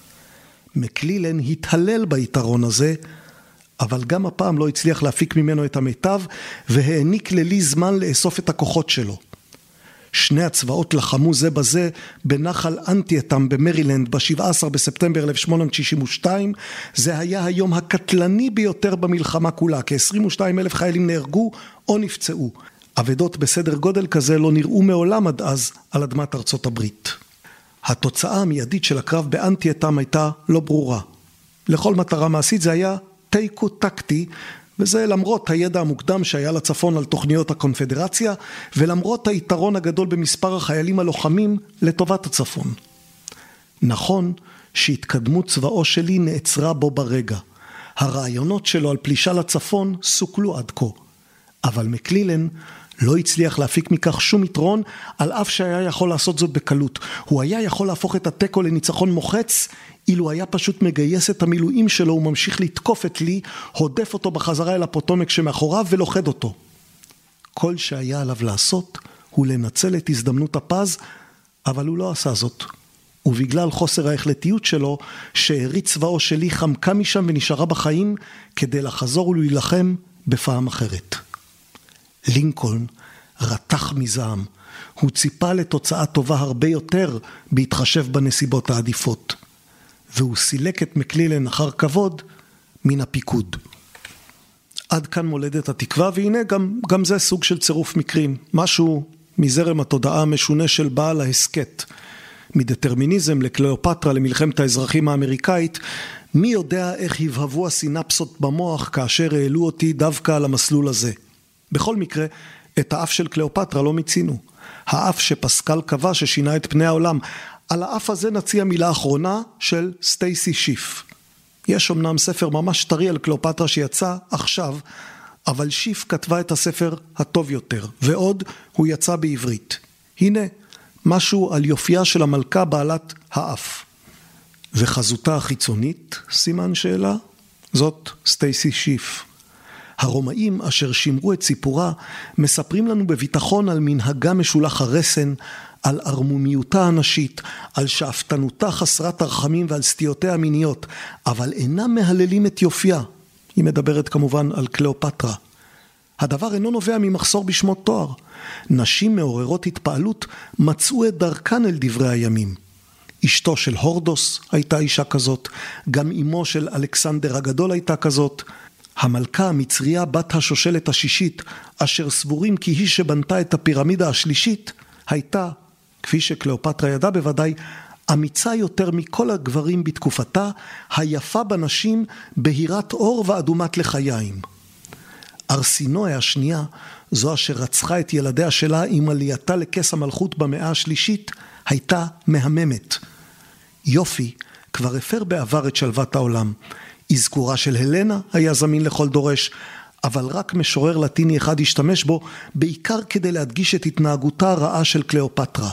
מקלילן התהלל ביתרון הזה, אבל גם הפעם לא הצליח להפיק ממנו את המיטב, והעניק ללי זמן לאסוף את הכוחות שלו. שני הצבאות לחמו זה בזה בנחל אנטייטם במרילנד ב-17 בספטמבר 1862. זה היה היום הקטלני ביותר במלחמה כולה, כ-22,000 חיילים נהרגו או נפצעו. אבדות בסדר גודל כזה לא נראו מעולם עד אז על אדמת ארצות הברית. התוצאה המיידית של הקרב באנטייטם הייתה לא ברורה. לכל מטרה מעשית זה היה תיקו טקטי, וזה למרות הידע המוקדם שהיה לצפון על תוכניות הקונפדרציה, ולמרות היתרון הגדול במספר החיילים הלוחמים לטובת הצפון. נכון שהתקדמות צבאו שלי נעצרה בו ברגע. הרעיונות שלו על פלישה לצפון סוכלו עד כה, אבל מקלילן לא הצליח להפיק מכך שום יתרון, על אף שהיה יכול לעשות זאת בקלות. הוא היה יכול להפוך את הטקו לניצחון מוחץ, אילו היה פשוט מגייס את המילואים שלו וממשיך לתקוף את לי, הודף אותו בחזרה אל הפוטומק שמאחוריו ולוחד אותו. כל שהיה עליו לעשות הוא לנצל את הזדמנות הפז, אבל הוא לא עשה זאת. ובגלל חוסר ההחלטיות שלו, שארית צבאו שלי חמקה משם ונשארה בחיים, כדי לחזור ולהילחם בפעם אחרת. לינקולן רתח מזעם. הוא ציפה לתוצאה טובה הרבה יותר בהתחשב בנסיבות העדיפות. והוא סילק את מקלילן אחר כבוד מן הפיקוד. עד כאן מולדת התקווה, והנה גם זה סוג של צירוף מקרים. משהו מזרם התודעה המשונה של בעל ההסקט. מדטרמיניזם לקליאופטרה למלחמת האזרחים האמריקאית, מי יודע איך הבהבו הסינפסות במוח כאשר העלו אותי דווקא על המסלול הזה. בכל מקרה, את האף של קליאופטרה לא מצינו. האף שפסקל קבע ששינה את פני העולם. על האף הזה נציע מילה אחרונה של סטייסי שיף. יש אמנם ספר ממש טרי על קליאופטרה שיצא עכשיו, אבל שיף כתבה את הספר הטוב יותר, ועוד הוא יצא בעברית. הנה, משהו על יופייה של המלכה בעלת האף. וחזותה החיצונית, סימן שאלה, זאת סטייסי שיף. הרומאים אשר שימרו את סיפורה מספרים לנו בביטחון על מנהגה משולח הרסן, על ערמומיותה הנשית, על שאפתנותה חסרת הרחמים ועל סטיותיה המיניות, אבל אינם מהללים את יופייה. היא מדברת כמובן על קליאופטרה. הדבר אינו נובע ממחסור בשמות תואר. נשים מעוררות התפעלות מצאו את דרכן אל דברי הימים. אשתו של הורדוס הייתה אישה כזאת, גם אמו של אלכסנדר הגדול הייתה כזאת. המלכה המצריה בת השושלת השישית, אשר סבורים כי היא שבנתה את הפירמידה השלישית, הייתה, כפי שקליאופטרה ידעה בוודאי, אמיצה יותר מכל הגברים בתקופתה, היפה בנשים, בהירת אור ואדומת לחיים. ארסינואה השנייה, זו אשר רצחה את ילדיה שלה עם עלייתה לכס המלכות במאה השלישית, הייתה מהממת. יופי כבר הפר בעבר את שלוות העולם. אזכורה של הלנה היה זמין לכל דורש, אבל רק משורר לטיני אחד השתמש בו, בעיקר כדי להדגיש את התנהגותה הרעה של קליאופטרה.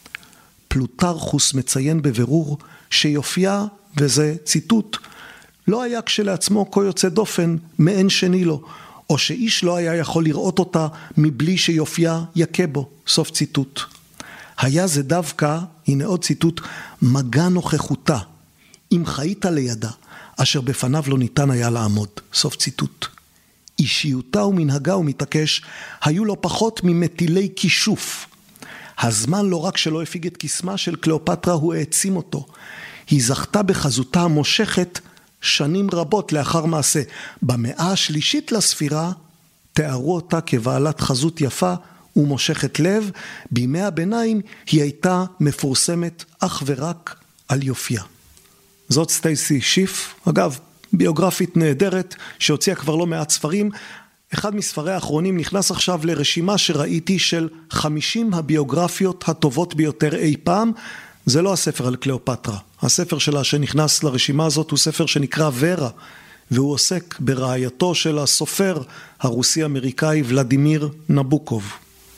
פלוטרכוס מציין בבירור שיופייה, וזה ציטוט, לא היה כשלעצמו כה יוצא דופן מעין שני לו, או שאיש לא היה יכול לראות אותה מבלי שיופייה יקה בו, סוף ציטוט. היה זה דווקא, הנה עוד ציטוט, מגע נוכחותה, אם חיית לידה, אשר בפניו לא ניתן היה לעמוד, סוף ציטוט. אישיותה ומנהגה ומתעקש היו לו פחות ממטילי כישוף. הזמן לא רק שלא הפיג את קסמה של קליאופטרה, הוא העצים אותו. היא זכתה בחזותה המושכת שנים רבות לאחר מעשה. במאה השלישית לספירה תיארו אותה כבעלת חזות יפה ומושכת לב. בימי הביניים היא הייתה מפורסמת אך ורק על יופייה. זאת סטייסי שיף, אגב, ביוגרפית נהדרת שהוציאה כבר לא מעט ספרים. אחד מספרי האחרונים נכנס עכשיו לרשימה שראיתי של 50 הביוגרפיות הטובות ביותר אי פעם. זה לא הספר על קליאופטרה. הספר שלה שנכנס לרשימה הזאת הוא ספר שנקרא ורה, והוא עוסק ברעייתו של הסופר הרוסי-אמריקאי ולדימיר נבוקוב.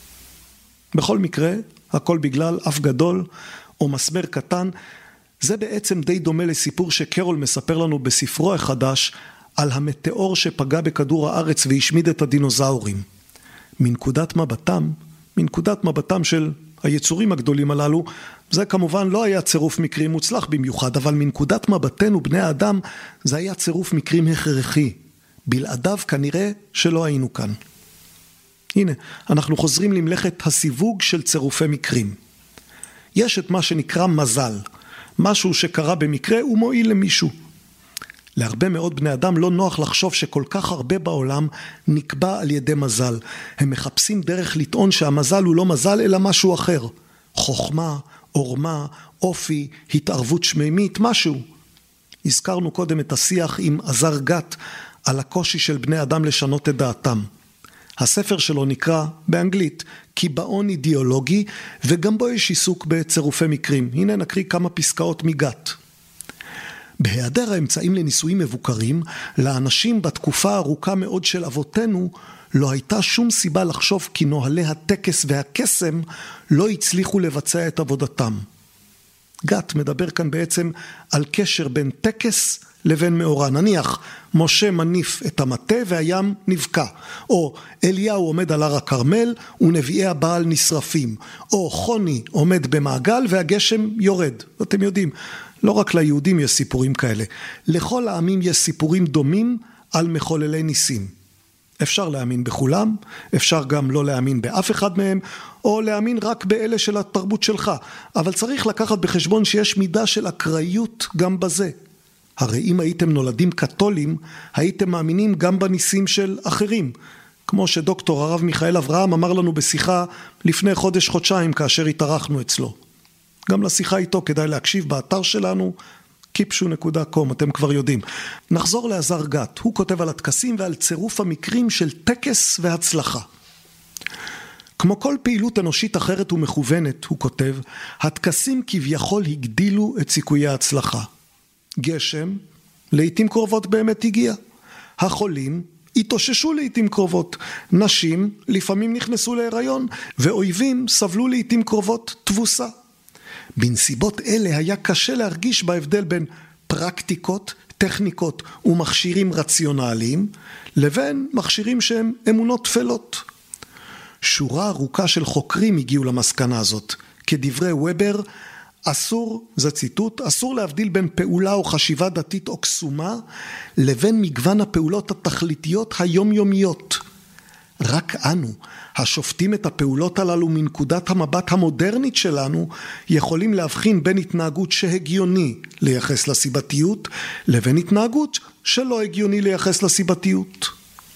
בכל מקרה, הכל בגלל אף גדול או מסמר קטן. זה בעצם די דומה לסיפור שקרול מספר לנו בספרו החדש על המטאור שפגע בכדור הארץ והשמיד את הדינוזאורים. מנקודת מבטם של היצורים הגדולים הללו, זה כמובן לא היה צירוף מקרים מוצלח במיוחד, אבל מנקודת מבטנו בני האדם זה היה צירוף מקרים הכרחי. בלעדיו כנראה שלא היינו כאן. הנה, אנחנו חוזרים למלאכת הסיווג של צירופי מקרים. יש את מה שנקרא מזל. משהו שקרה במקרה ומועיל למישהו. להרבה מאוד בני אדם לא נוח לחשוב שכל כך הרבה בעולם נקבע על ידי מזל. הם מחפשים דרך לטעון שהמזל הוא לא מזל אלא משהו אחר. חוכמה, עורמה, אופי, התערבות שמימית, משהו. הזכרנו קודם את השיח עם עזר גת על הקושי של בני אדם לשנות את דעתם. הספר שלו נקרא באנגלית קיבעון אידיאולוגי, וגם בו יש עיסוק בצירופי מקרים. הנה נקריא כמה פסקאות מגת. בהיעדר האמצעים לניסויים מבוקרים, לאנשים בתקופה הארוכה מאוד של אבותינו, לא הייתה שום סיבה לחשוב כי נוהלי הטקס והקסם לא הצליחו לבצע את עבודתם. גת מדבר כאן בעצם על קשר בין טקס לבין מאורע. נניח, משה מניף את המטה והים נבקע, או אליהו עומד על הר הכרמל ונביאי הבעל נשרפים, או חוני עומד במעגל והגשם יורד. אתם יודעים, לא רק ליהודים יש סיפורים כאלה, לכל העמים יש סיפורים דומים על מחוללי ניסים. אפשר להאמין בכולם, אפשר גם לא להאמין באף אחד מהם, או להאמין רק באלה של התרבות שלך, אבל צריך לקחת בחשבון שיש מידה של אקראיות גם בזה. הרי אם הייתם נולדים קתולים, הייתם מאמינים גם בניסים של אחרים, כמו שדוקטור הרב מיכאל אברהם אמר לנו בשיחה לפני חודש-חודשיים כאשר התארחנו אצלו. גם לשיחה איתו כדאי להקשיב באתר שלנו, kipshu.com, אתם כבר יודעים. נחזור לעזר גת, הוא כותב על הטקסים ועל צירוף המקרים של טקס והצלחה. כמו כל פעילות אנושית אחרת ומכוונת, הוא כותב, הטקסים כביכול הגדילו את סיכויי ההצלחה. גשם, לעתים קרובות באמת הגיע. החולים, התאוששו לעתים קרובות. נשים, לפעמים נכנסו להיריון, ואויבים סבלו לעתים קרובות תבוסה. בנסיבות אלה היה קשה להרגיש בהבדל בין פרקטיקות, טכניקות ומכשירים רציונליים, לבין מכשירים שהם אמונות תפלות. שורה ארוכה של חוקרים הגיעו למסקנה הזאת. כדברי וובר, אסור, זה ציטוט, אסור להבדיל בין פעולה או חשיבה דתית או קסומה, לבין מגוון הפעולות התכליתיות היומיומיות. רק אנו, השופטים את הפעולות הללו מנקודת המבט המודרנית שלנו, יכולים להבחין בין התנהגות שהגיוני לייחס לסיבתיות, לבין התנהגות שלא הגיוני לייחס לסיבתיות.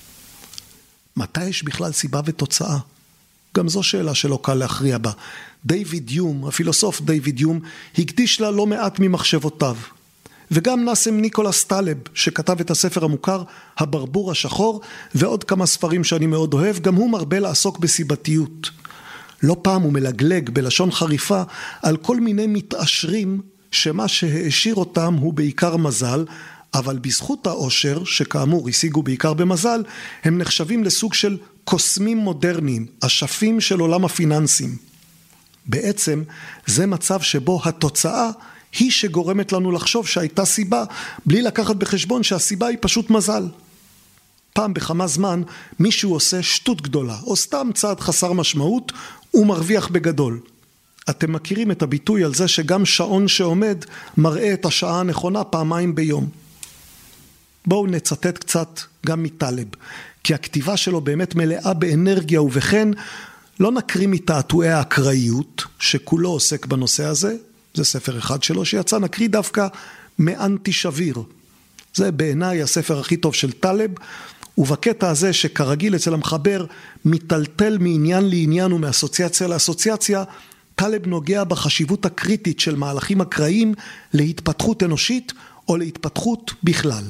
מתי יש בכלל סיבה ותוצאה? גם זו שאלה שלא קל להכריע בה. דיוויד יום, הפילוסוף דיוויד יום, הקדיש לה לא מעט ממחשבותיו. וגם נאסם ניקולס טלב, שכתב את הספר המוכר, הברבור השחור, ועוד כמה ספרים שאני מאוד אוהב, גם הוא מרבה לעסוק בסיבתיות. לא פעם הוא מלגלג בלשון חריפה על כל מיני מתעשרים, שמה שהעשיר אותם הוא בעיקר מזל, אבל בזכות העושר, שכאמור השיגו בעיקר במזל, הם נחשבים לסוג של קוסמים מודרניים, אשפים של עולם הפיננסים. בעצם זה מצב שבו התוצאה היא שגורמת לנו לחשוב שהייתה סיבה, בלי לקחת בחשבון שהסיבה היא פשוט מזל. פעם בכמה זמן מישהו עושה שטות גדולה, או סתם צעד חסר משמעות, ומרוויח בגדול. אתם מכירים את הביטוי על זה שגם שעון שעומד מראה את השעה הנכונה פעמיים ביום. בואו נצטט קצת גם מטלב, כי הכתיבה שלו באמת מלאה באנרגיה, ובכן לא נקריא מתעתועי האקראיות, שכולו עוסק בנושא הזה, זה ספר אחד שלו שיצא, נקריא דווקא מאנטי שביר. זה בעיניי הספר הכי טוב של טלב, ובקטע הזה שכרגיל אצל המחבר מטלטל מעניין לעניין ומאסוציאציה לאסוציאציה, טלב נוגע בחשיבות הקריטית של מהלכים אקראיים להתפתחות אנושית או להתפתחות בכלל.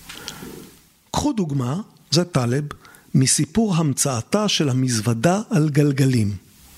קחו דוגמה, זה טלב, מסיפור המצאתה של המזוודה על גלגלים.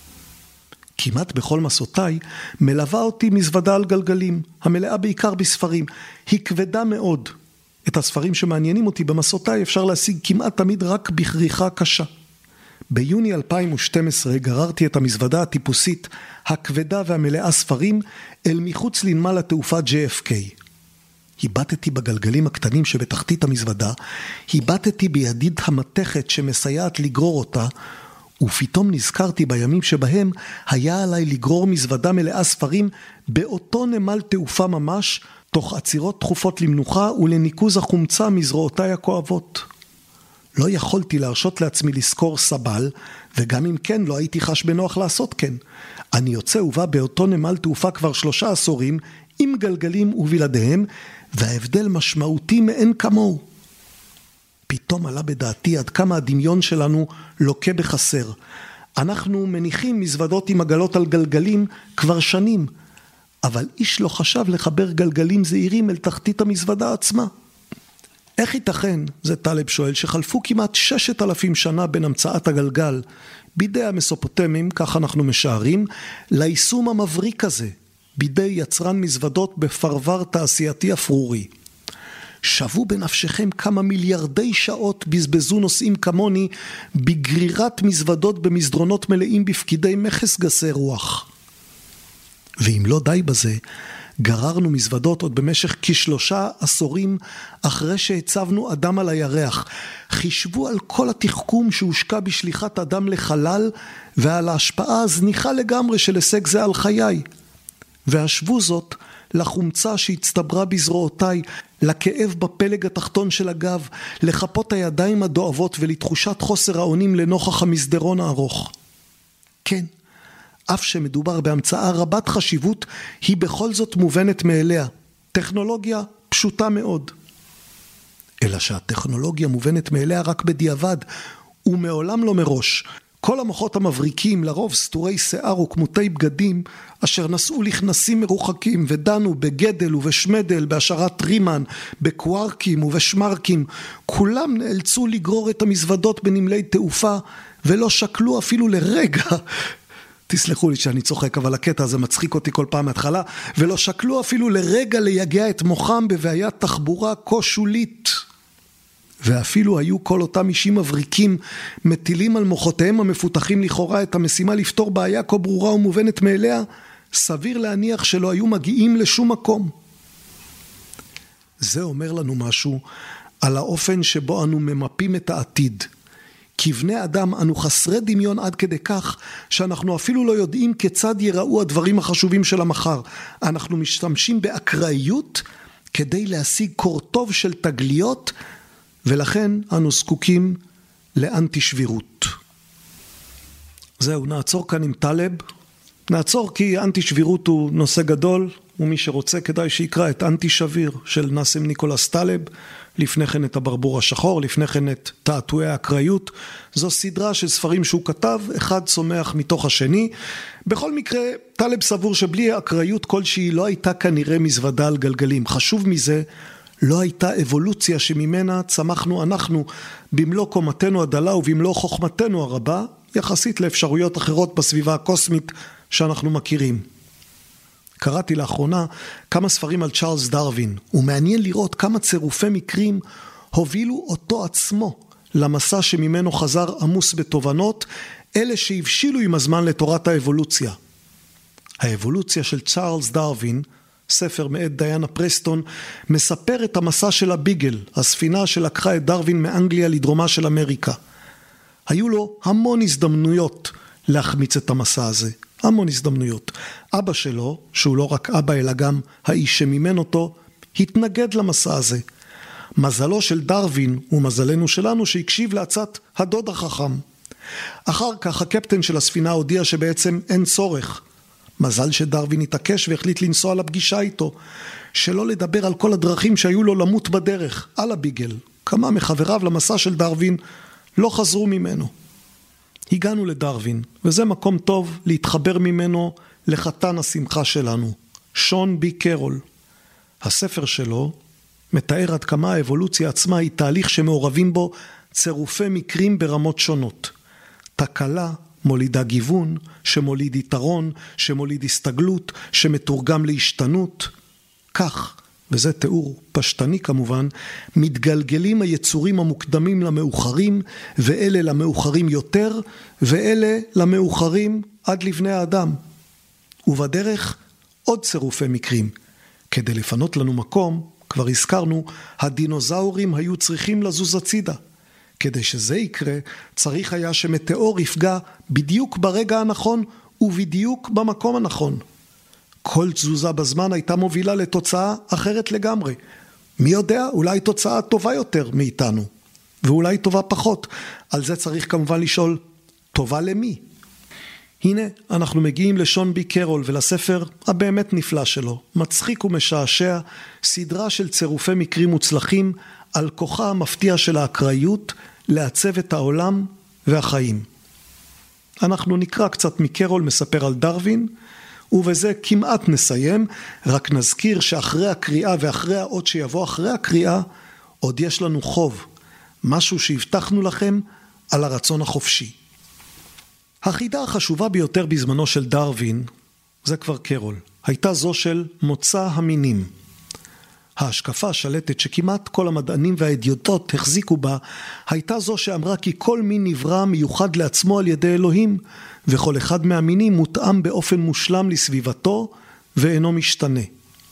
כמעט בכל מסעותיי מלווה אותי מזוודה על גלגלים, המלאה בעיקר בספרים. היא כבדה מאוד. את הספרים שמעניינים אותי במסעותיי אפשר להשיג כמעט תמיד רק בכריכה קשה. ביוני 2012 גררתי את המזוודה הטיפוסית, הכבדה והמלאה ספרים, אל מחוץ לנמל התעופה JFK. היבטתי בגלגלים הקטנים שבתחתית המזוודה, היבטתי בידית המתכת שמסייעת לגרור אותה, ופתאום נזכרתי בימים שבהם היה עליי לגרור מזוודה מלאה ספרים באותו נמל תעופה ממש, תוך עצירות תכופות למנוחה ולניקוז החומצה מזרועותיי הכואבות. לא יכולתי להרשות לעצמי לזכור סבל, וגם אם כן לא הייתי חש בנוח לעשות כן. אני יוצא ובא באותו נמל תעופה כבר 3 עשורים, עם גלגלים ובלעדיהם, וההבדל משמעותי מאין כמוהו. פתאום עלה בדעתי עד כמה הדמיון שלנו לוקה בחסר. אנחנו מניחים מזוודות עם עגלות על גלגלים כבר שנים, אבל איש לא חשב לחבר גלגלים זעירים אל תחתית המזוודה עצמה. איך ייתכן, זה טלב שואל, שחלפו כמעט 6,000 שנה בין המצאת הגלגל בידי המסופוטמים, כך אנחנו משערים, ליישום המבריק הזה, בידי יצרן מזוודות בפרבר תעשייתי אפרורי. שוו בנפשכם כמה מיליארדי שעות בזבזו נוסעים כמוני בגרירת מזוודות במסדרונות מלאים בפקידי מכס גסי רוח. ואם לא די בזה, גררנו מזוודות עוד במשך כ3 עשורים אחרי שהצבנו אדם על הירח. חישבו על כל התחכום שהושקע בשליחת אדם לחלל ועל ההשפעה הזניחה לגמרי של הישג זה על חיי. והשוו זאת לחומצה שהצטברה בזרועותיי, לכאב בפלג התחתון של הגב, לחפות הידיים הדואבות ולתחושת חוסר האונים לנוכח המסדרון הארוך. כן, אף שמדובר בהמצאה רבת חשיבות, היא בכל זאת מובנת מאליה. טכנולוגיה פשוטה מאוד. אלא שהטכנולוגיה מובנת מאליה רק בדיעבד, ומעולם לא מראש. כל המוחות המבריקים, לרוב סתורי שיער וכמותי בגדים, אשר נשאו לכנסים מרוחקים ודנו בגדל ובשמדל, בהשערת רימן, בקווארקים ובשמרקים, כולם נאלצו לגרור את המזוודות בנמלי תעופה, ולא שקלו אפילו לרגע, תסלחו לי שאני צוחק, אבל הקטע הזה מצחיק אותי כל פעם מההתחלה, ולא שקלו אפילו לרגע ליגע את מוחם בבעיית תחבורה כה שולית. ואפילו היו כל אותם אישים מבריקים מטילים על מוחותיהם המפותחים לכאורה את המשימה לפתור בעיה כה ברורה ומובנת מאליה, סביר להניח שלא היו מגיעים לשום מקום. זה אומר לנו משהו על האופן שבו אנו ממפים את העתיד. כבני אדם אנו חסרי דמיון עד כדי כך שאנחנו אפילו לא יודעים כיצד ייראו הדברים החשובים של המחר. אנחנו משתמשים באקראיות כדי להשיג קורטוב של תגליות, ולכן אנו זקוקים לאנטי שבירות. זהו, נעצור כאן עם טלב. נעצור כי אנטי שבירות הוא נושא גדול, ומי שרוצה כדאי שיקרא את אנטי שביר של נסים ניקולס טלב, לפני כן את הברבור השחור, לפני כן את תעתועי האקראיות. זו סדרה של ספרים שהוא כתב, אחד צומח מתוך השני. בכל מקרה, טלב סבור שבלי אקראיות כלשהי לא הייתה כנראה מזוודה על גלגלים. חשוב מזה, לא הייתה אבולוציה שממנה צמחנו אנחנו במלוא קומתנו הדלה ובמלוא חוכמתנו הרבה, יחסית לאפשרויות אחרות בסביבה הקוסמית שאנחנו מכירים. קראתי לאחרונה כמה ספרים על צ'ארלס דרווין, ומעניין לראות כמה צירופי מקרים הובילו אותו עצמו למסע שממנו חזר עמוס בתובנות, אלה שהבשילו עם הזמן לתורת האבולוציה. האבולוציה של צ'ארלס דרווין, ספר מאת דיאנה פרסטון, מספר את המסע של הביגל, הספינה שלקחה את דרווין מאנגליה לדרומה של אמריקה. היו לו המון הזדמנויות להחמיץ את המסע הזה. המון הזדמנויות. אבא שלו, שהוא לא רק אבא אלא גם האיש שמימן אותו, התנגד למסע הזה. מזלו של דרווין ומזלנו שלנו שהקשיב לעצת הדוד החכם. אחר כך הקפטן של הספינה הודיע שבעצם אין צורך. מזל שדרווין התעקש והחליט לנסוע לפגישה איתו, שלא לדבר על כל הדרכים שהיו לו למות בדרך, על הביגל. כמה מחבריו למסע של דרווין לא חזרו ממנו. הגענו לדרווין, וזה מקום טוב להתחבר ממנו לחתן השמחה שלנו, שון בי קרול. הספר שלו מתאר עד כמה האבולוציה עצמה היא תהליך שמעורבים בו צירופי מקרים ברמות שונות. תקלה מולידה גיוון, שמוליד יתרון, שמוליד הסתגלות, שמתורגם להשתנות. כך, וזה תיאור פשטני כמובן, מתגלגלים היצורים המוקדמים למאוחרים, ואלה למאוחרים יותר, ואלה למאוחרים עד לבני האדם. ובדרך עוד צירופי מקרים. כדי לפנות לנו מקום, כבר הזכרנו, הדינוזאורים היו צריכים לזוז הצידה. כדי שזה יקרה, צריך היה שמטאור יפגע בדיוק ברגע הנכון ובדיוק במקום הנכון. כל תזוזה בזמן הייתה מובילה לתוצאה אחרת לגמרי. מי יודע, אולי תוצאה טובה יותר מאיתנו, ואולי טובה פחות. על זה צריך כמובן לשאול, טובה למי? הנה, אנחנו מגיעים לשון בי קרול ולספר הבאמת נפלא שלו, מצחיק ומשעשע, סדרה של צירופי מקרים מוצלחים על כוחה המפתיע של האקראיות לעצב את העולם והחיים. אנחנו נקרא קצת מקרול מספר על דרווין, ובזה כמעט נסיים, רק נזכיר שאחרי הקריאה ואחרי האות שיבוא אחרי הקריאה, עוד יש לנו חוב, משהו שהבטחנו לכם על הרצון החופשי. החידה החשובה ביותר בזמנו של דרווין, זה כבר קרול, הייתה זו של מוצא המינים. ההשקפה השלטת שכמעט כל המדענים והאידיוטות החזיקו בה, הייתה זו שאמרה כי כל מין נברא מיוחד לעצמו על ידי אלוהים, וכל אחד מהמינים מותאם באופן מושלם לסביבתו ואינו משתנה.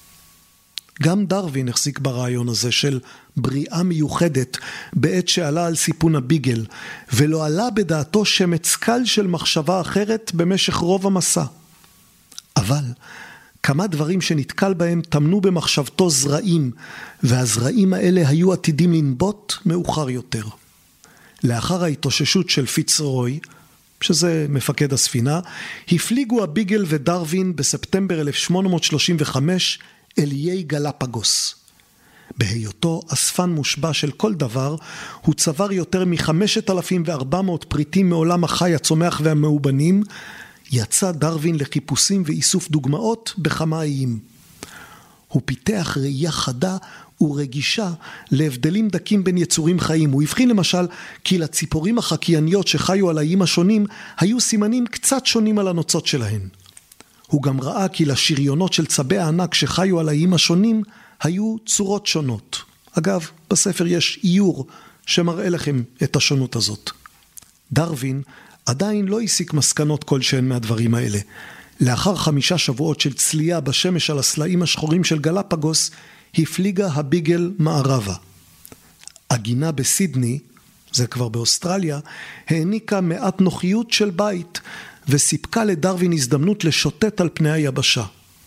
גם דרווין החזיק ברעיון הזה של בריאה מיוחדת בעת שעלה על סיפון הביגל, ולא עלה בדעתו שמץ קל של מחשבה אחרת במשך רוב המסע. אבל כמה דברים שנתקל בהם טמנו במחשבתו זרעים, והזרעים האלה היו עתידים לנבוט מאוחר יותר. לאחר ההתאוששות של פיצרוי, שזה מפקד הספינה, הפליגו הביגל ודרווין בספטמבר 1835 אל איי גלפגוס. בהיותו אספן מושבע של כל דבר, הוא צבר יותר מ-5,400 פריטים מעולם החי, הצומח והמאובנים. יצא דרווין לחיפושים ואיסוף דוגמאות בכמה איים. הוא פיתח ראייה חדה ורגישה להבדלים דקים בין יצורים חיים. הוא הבחין למשל כי לציפורים החקייניות שחיו על האיים השונים היו סימנים קצת שונים על הנוצות שלהן. הוא גם ראה כי לשריונות של צבי הענק שחיו על האיים השונים היו צורות שונות. אגב, בספר יש איור שמראה לכם את השונות הזאת. דרווין עדיין לא הסיק מסקנות כלשהן מהדברים האלה. לאחר 5 שבועות של צלייה בשמש על הסלעים השחורים של גלפגוס, הפליגה הביגל מערבה. הגינה בסידני, זה כבר באוסטרליה, העניקה מעט נוחיות של בית, וסיפקה לדרווין הזדמנות לשוטט על פני היבשה.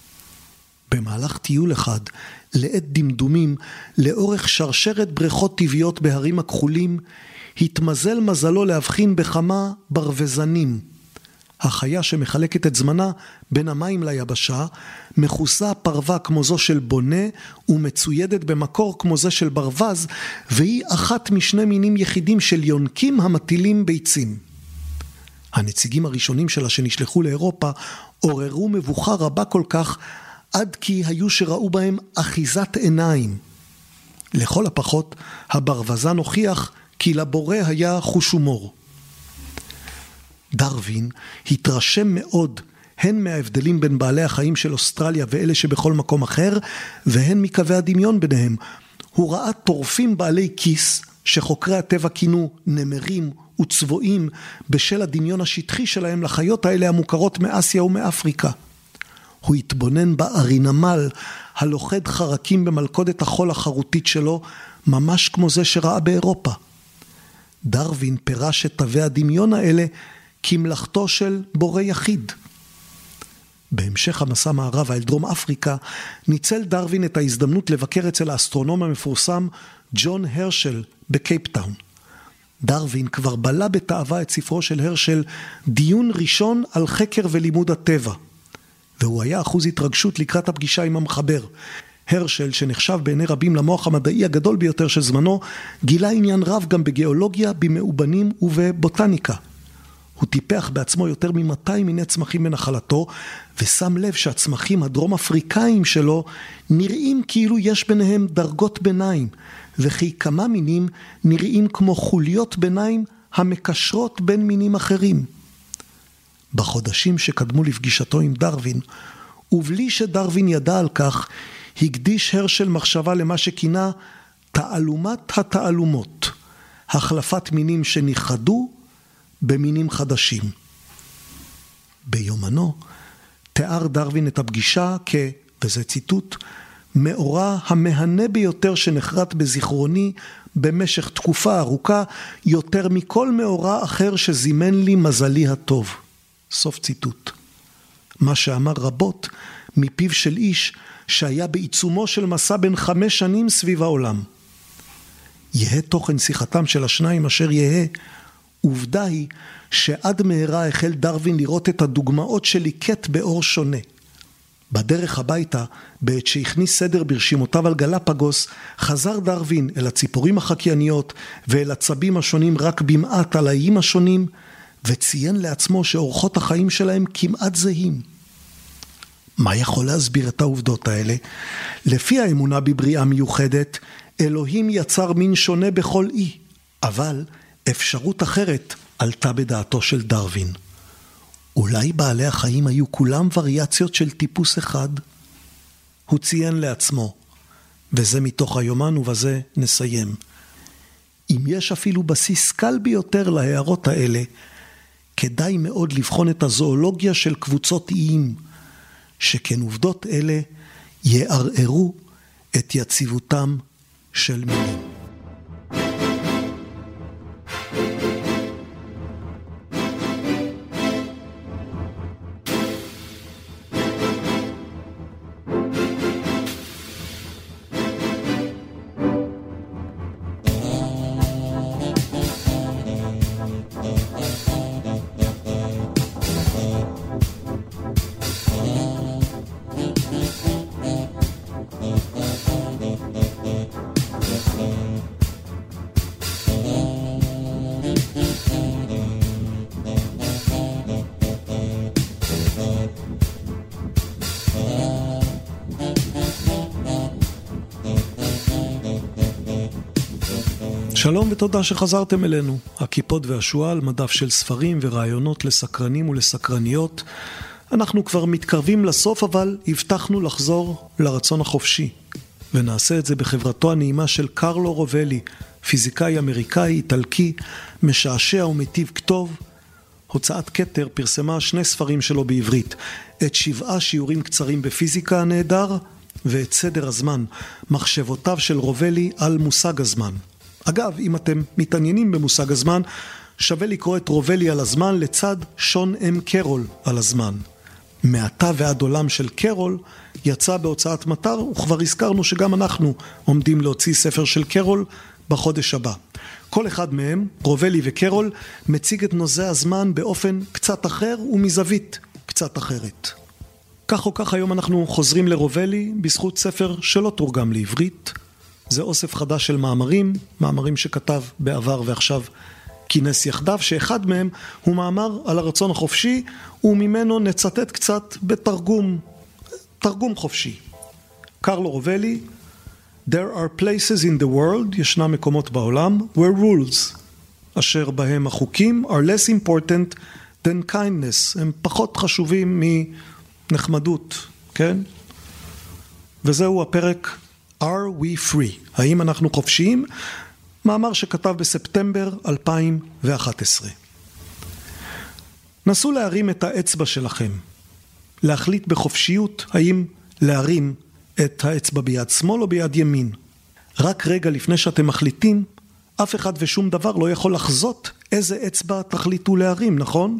במהלך טיול אחד, לעת דמדומים, לאורך שרשרת בריכות טבעיות בהרים הכחולים, התמזל מזלו להבחין בכמה ברווזנים. החיה שמחלקת את זמנה בין המים ליבשה, מכוסה פרווה כמו זו של בונה, ומצוידת במקור כמו זה של ברווז, והיא אחת משני מינים יחידים של יונקים המטילים ביצים. הנציגים הראשונים שלה שנשלחו לאירופה, עוררו מבוכה רבה כל כך, עד כי היו שראו בהם אחיזת עיניים. לכל הפחות, הברווזן הוכיח כי לבורא היה חוש הומור. דרווין התרשם מאוד הן מההבדלים בין בעלי החיים של אוסטרליה ואלה שבכל מקום אחר, והן מקווי הדמיון ביניהם. הוא ראה טורפים בעלי כיס שחוקרי הטבע כינו נמרים וצבועים בשל הדמיון השטחי שלהם לחיות האלה המוכרות מאסיה ומאפריקה. הוא התבונן בארינמל הלוכד חרקים במלכודת החול החרוטית שלו, ממש כמו זה שראה באירופה. דרווין פירש את תווי הדמיון האלה כמלאכתו של בורא יחיד. בהמשך המסע מערבה אל דרום אפריקה, ניצל דרווין את ההזדמנות לבקר אצל האסטרונום המפורסם ג'ון הרשל בקייפטאון. דרווין כבר בלה בתאווה את ספרו של הרשל, דיון ראשון על חקר ולימוד הטבע. והוא היה אחוז התרגשות לקראת הפגישה עם המחבר. הרשל, שנחשב בעיני רבים למוח המדעי הגדול ביותר של זמנו, גילה עניין רב גם בגיאולוגיה, במאובנים ובבוטניקה. הוא טיפח בעצמו יותר מ-200 מיני צמחים בנחלתו, ושם לב שהצמחים הדרום אפריקאים שלו נראים כאילו יש ביניהם דרגות ביניים, וכי כמה מינים נראים כמו חוליות ביניים המקשרות בין מינים אחרים. בחודשים שקדמו לפגישתו עם דרווין, ובלי שדרווין ידע על כך, הקדיש הרשל מחשבה למה שכינה תעלומת התעלומות, החלפת מינים שניחדו במינים חדשים. ביומנו תיאר דרווין את הפגישה וזה ציטוט, מאורע המהנה ביותר שנחרט בזיכרוני במשך תקופה ארוכה, יותר מכל מאורע אחר שזימן לי מזלי הטוב. סוף ציטוט. מה שאמר רבות מפיו של איש שהיה בעיצומו של מסע בין 5 שנים סביב העולם. יהא תוכן שיחתם של השניים אשר יהא, עובדה היא שעד מהרה החל דרווין לראות את הדוגמאות שליקט באור שונה. בדרך הביתה, בעת שהכניס סדר ברשימותיו על גלפגוס, חזר דרווין אל הציפורים החקייניות ואל הצבים השונים רק במעט על האיים השונים, וציין לעצמו שאורחות החיים שלהם כמעט זהים. מה יכול להסביר את העובדות האלה? לפי האמונה בבריאה מיוחדת, אלוהים יצר מין שונה בכל אי, אבל אפשרות אחרת עלתה בדעתו של דרווין. אולי בעלי החיים היו כולם וריאציות של טיפוס אחד? הוא ציין לעצמו, וזה מתוך היומן ובזה נסיים. אם יש אפילו בסיס קל ביותר להערות האלה, כדאי מאוד לבחון את הזואולוגיה של קבוצות איים, שכן עובדות אלה יערערו את יציבותם של מינים. שלום ותודה שחזרתם אלינו. הכיפות והשועל, מדף של ספרים ורעיונות לסקרנים ולסקרניות. אנחנו כבר מתקרבים לסוף, אבל הבטחנו לחזור לרצון החופשי. ונעשה את זה בחברתו הנעימה של קרלו רובלי, פיזיקאי אמריקאי, איטלקי, משעשע ומטיב כתוב. הוצאת כתר פרסמה 2 ספרים שלו בעברית, את 7 שיעורים קצרים בפיזיקה הנהדר, ואת סדר הזמן, מחשבותיו של רובלי על מושג הזמן. אגב, אם אתם מתעניינים במושג הזמן, שווה לקרוא את רובלי על הזמן לצד שון אם קרול על הזמן. מעתה ועד עולם של קרול יצא בהוצאת מטר, וכבר הזכרנו שגם אנחנו עומדים להוציא ספר של קרול בחודש הבא. כל אחד מהם, רובלי וקרול, מציג את נושא הזמן באופן קצת אחר ומזווית קצת אחרת. כך או כך היום אנחנו חוזרים לרובלי בזכות ספר שלא תורגם לעברית. זה אוסף חדש של מאמרים שכתב בעבר ועכשיו כינס יחדיו, שאחד מהם הוא מאמר על הרצון החופשי, וממנו נצטט קצת בתרגום חופשי. קרלו רובלי, There are places in the world, ישנם מקומות בעולם, where rules, אשר בהם החוקים, are less important than kindness, הם פחות חשובים מנחמדות, כן? וזהו הפרק Are we free? האם אנחנו חופשיים? מאמר שכתב בספטמבר 2011. נסו להרים את האצבע שלכם. להחליט בחופשיות האם להרים את האצבע ביד שמאל או ביד ימין. רק רגע לפני שאתם מחליטים, אף אחד ושום דבר לא יכול לחזות איזה אצבע תחליטו להרים, נכון?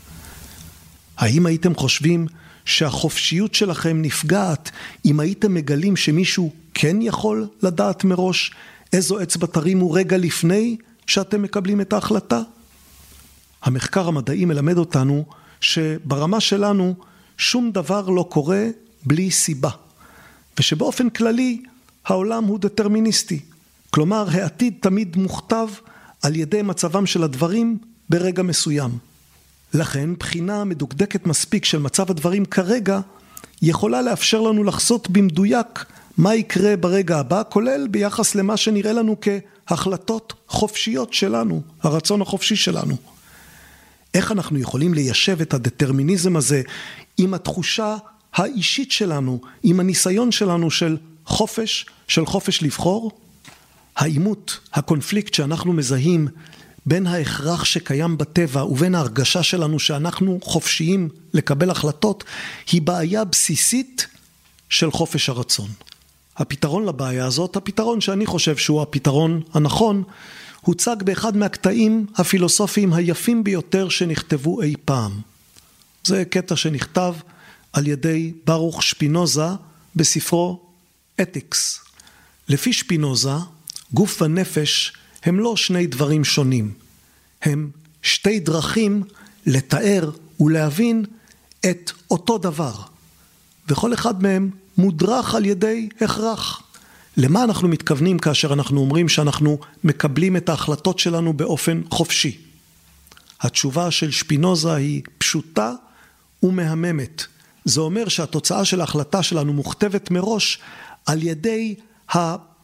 האם הייתם חושבים שהחופשיות שלכם נפגעת אם הייתם מגלים שמישהו כן יכול לדעת מראש איזו אצבע תרימו רגע לפני שאתם מקבלים את ההחלטה? המחקר המדעי מלמד אותנו שברמה שלנו שום דבר לא קורה בלי סיבה, ושבאופן כללי העולם הוא דטרמיניסטי. כלומר, העתיד תמיד מוכתב על ידי מצבם של הדברים ברגע מסוים. לכן, בחינה מדוקדקת מספיק של מצב הדברים כרגע יכולה לאפשר לנו לחזות במדויק מה יקרה ברגע הבא, כולל ביחס למה שנראה לנו כהחלטות חופשיות שלנו, הרצון החופשי שלנו. איך אנחנו יכולים ליישב את הדטרמיניזם הזה עם התחושה האישית שלנו, עם הניסיון שלנו של חופש לבחור? העימות, הקונפליקט שאנחנו מזהים בין ההכרח שקיים בטבע ובין ההרגשה שלנו שאנחנו חופשיים לקבל החלטות, היא בעיה בסיסית של חופש הרצון. הפתרון לבעיה הזאת, הפתרון שאני חושב שהוא הפתרון הנכון, הוצג באחד מהקטעים הפילוסופיים היפים ביותר שנכתבו אי פעם. זה קטע שנכתב על ידי ברוך שפינוזה בספרו אתיקס. לפי שפינוזה, גוף ונפש הם לא 2 דברים שונים. הם 2 דרכים לתאר ולהבין את אותו דבר. וכל אחד מהם מודרך על ידי הכרח. למה אנחנו מתכוונים כאשר אנחנו אומרים שאנחנו מקבלים את ההחלטות שלנו באופן חופשי? התשובה של שפינוזה היא פשוטה ומהממת. זה אומר שהתוצאה של ההחלטה שלנו מוכתבת מראש על ידי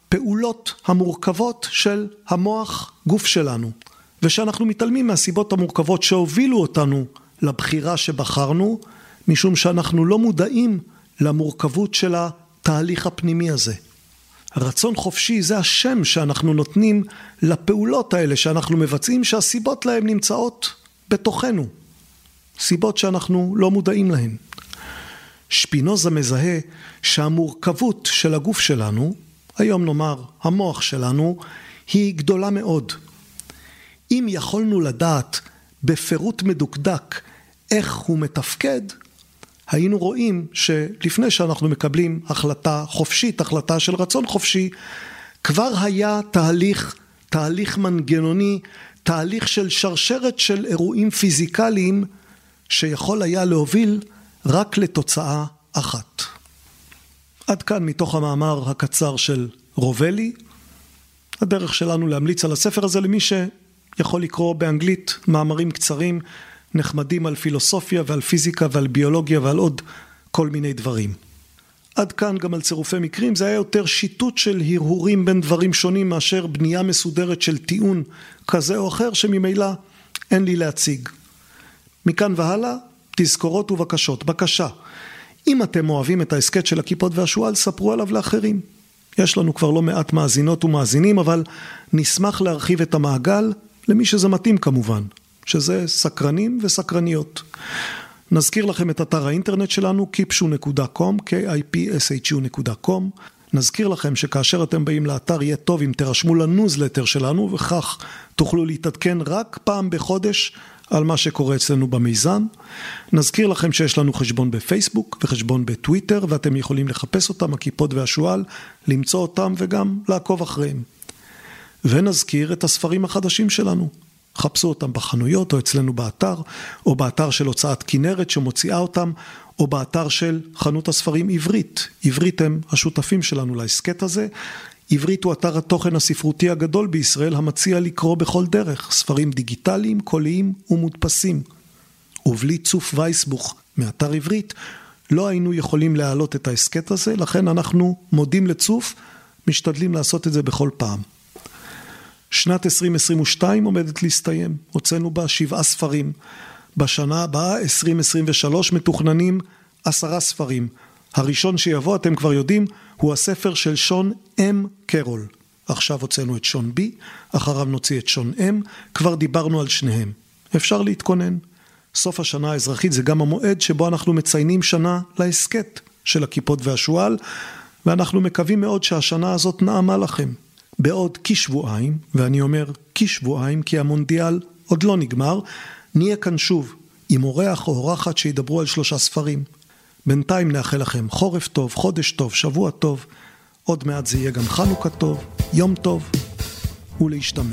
הפעולות המורכבות של המוח גוף שלנו, ושאנחנו מתעלמים מהסיבות המורכבות שהובילו אותנו לבחירה שבחרנו, משום שאנחנו לא מודעים למורכבות של התהליך הפנימי הזה. רצון חופשי זה השם שאנחנו נותנים לפעולות האלה שאנחנו מבצעים, שהסיבות להם נמצאות בתוכנו, סיבות שאנחנו לא מודעים להן. שפינוזה מזהה שהמורכבות של הגוף שלנו, היום נאמר המוח שלנו, היא גדולה מאוד. אם יכולנו לדעת בפירוט מדוקדק איך הוא מתפקד, היינו רואים שלפני שאנחנו מקבלים החלטה חופשית, החלטה של רצון חופשי, כבר היה תהליך מנגנוני, תהליך של שרשרת של אירועים פיזיקליים, שיכול היה להוביל רק לתוצאה אחת. עד כאן מתוך המאמר הקצר של רובלי. הדרך שלנו להמליץ על הספר הזה למי שיכול לקרוא באנגלית מאמרים קצרים, נחמדים על פילוסופיה ועל פיזיקה ועל ביולוגיה ועל עוד כל מיני דברים. עד כאן גם על צירופי מקרים, זה היה יותר שיטוט של הרהורים בין דברים שונים מאשר בנייה מסודרת של טיעון כזה או אחר שממילא אין לי להציג. מכאן והלאה, תזכורות ובקשות. בקשה, אם אתם אוהבים את העסקת של הכיפות והשואל, ספרו עליו לאחרים. יש לנו כבר לא מעט מאזינות ומאזינים, אבל נשמח להרחיב את המעגל למי שזה מתאים כמובן, שזה סקרנים וסקרניות. נזכיר לכם את אתר האינטרנט שלנו, kipshu.com, kipshu.com. נזכיר לכם שכאשר אתם באים לאתר יהיה טוב אם תרשמו לניוזלטר שלנו, וכך תוכלו להתעדכן רק פעם בחודש על מה שקורה אצלנו במיזם. נזכיר לכם שיש לנו חשבון בפייסבוק וחשבון בטוויטר, ואתם יכולים לחפש אותם, הכיפות והשואל, למצוא אותם וגם לעקוב אחריהם. ונזכיר את הספרים החדשים שלנו. חפשו אותם בחנויות או אצלנו באתר, או באתר של הוצאת כנרת שמוציאה אותם, או באתר של חנות הספרים עברית. עברית הם השותפים שלנו לעסקת הזה. עברית הוא אתר התוכן הספרותי הגדול בישראל, המציע לקרוא בכל דרך, ספרים דיגיטליים, קוליים ומודפסים. ובלי צוף וייסבוך מאתר עברית, לא היינו יכולים להעלות את העסקת הזה, לכן אנחנו מודים לצוף, משתדלים לעשות את זה בכל פעם. שנת 2022 עומדת להסתיים, הוצאנו בה 7 ספרים. בשנה הבאה, 2023, מתוכננים 10 ספרים. הראשון שיבוא, אתם כבר יודעים, הוא הספר של שון אם קרול. עכשיו הוצאנו את שון בי, אחריו נוציא את שון אם, כבר דיברנו על שניהם. אפשר להתכונן. סוף השנה האזרחית זה גם המועד שבו אנחנו מציינים שנה לעסקת של הכיפות והשואל, ואנחנו מקווים מאוד שהשנה הזאת נעמה לכם. בעוד כשבועיים, ואני אומר כשבועיים כי המונדיאל עוד לא נגמר, נהיה כאן שוב עם אורח או אורחת שידברו על 3 ספרים. בינתיים נאחל לכם חורף טוב, חודש טוב, שבוע טוב, עוד מעט זה יהיה גם חנוכה טוב, יום טוב, ולהשתמע.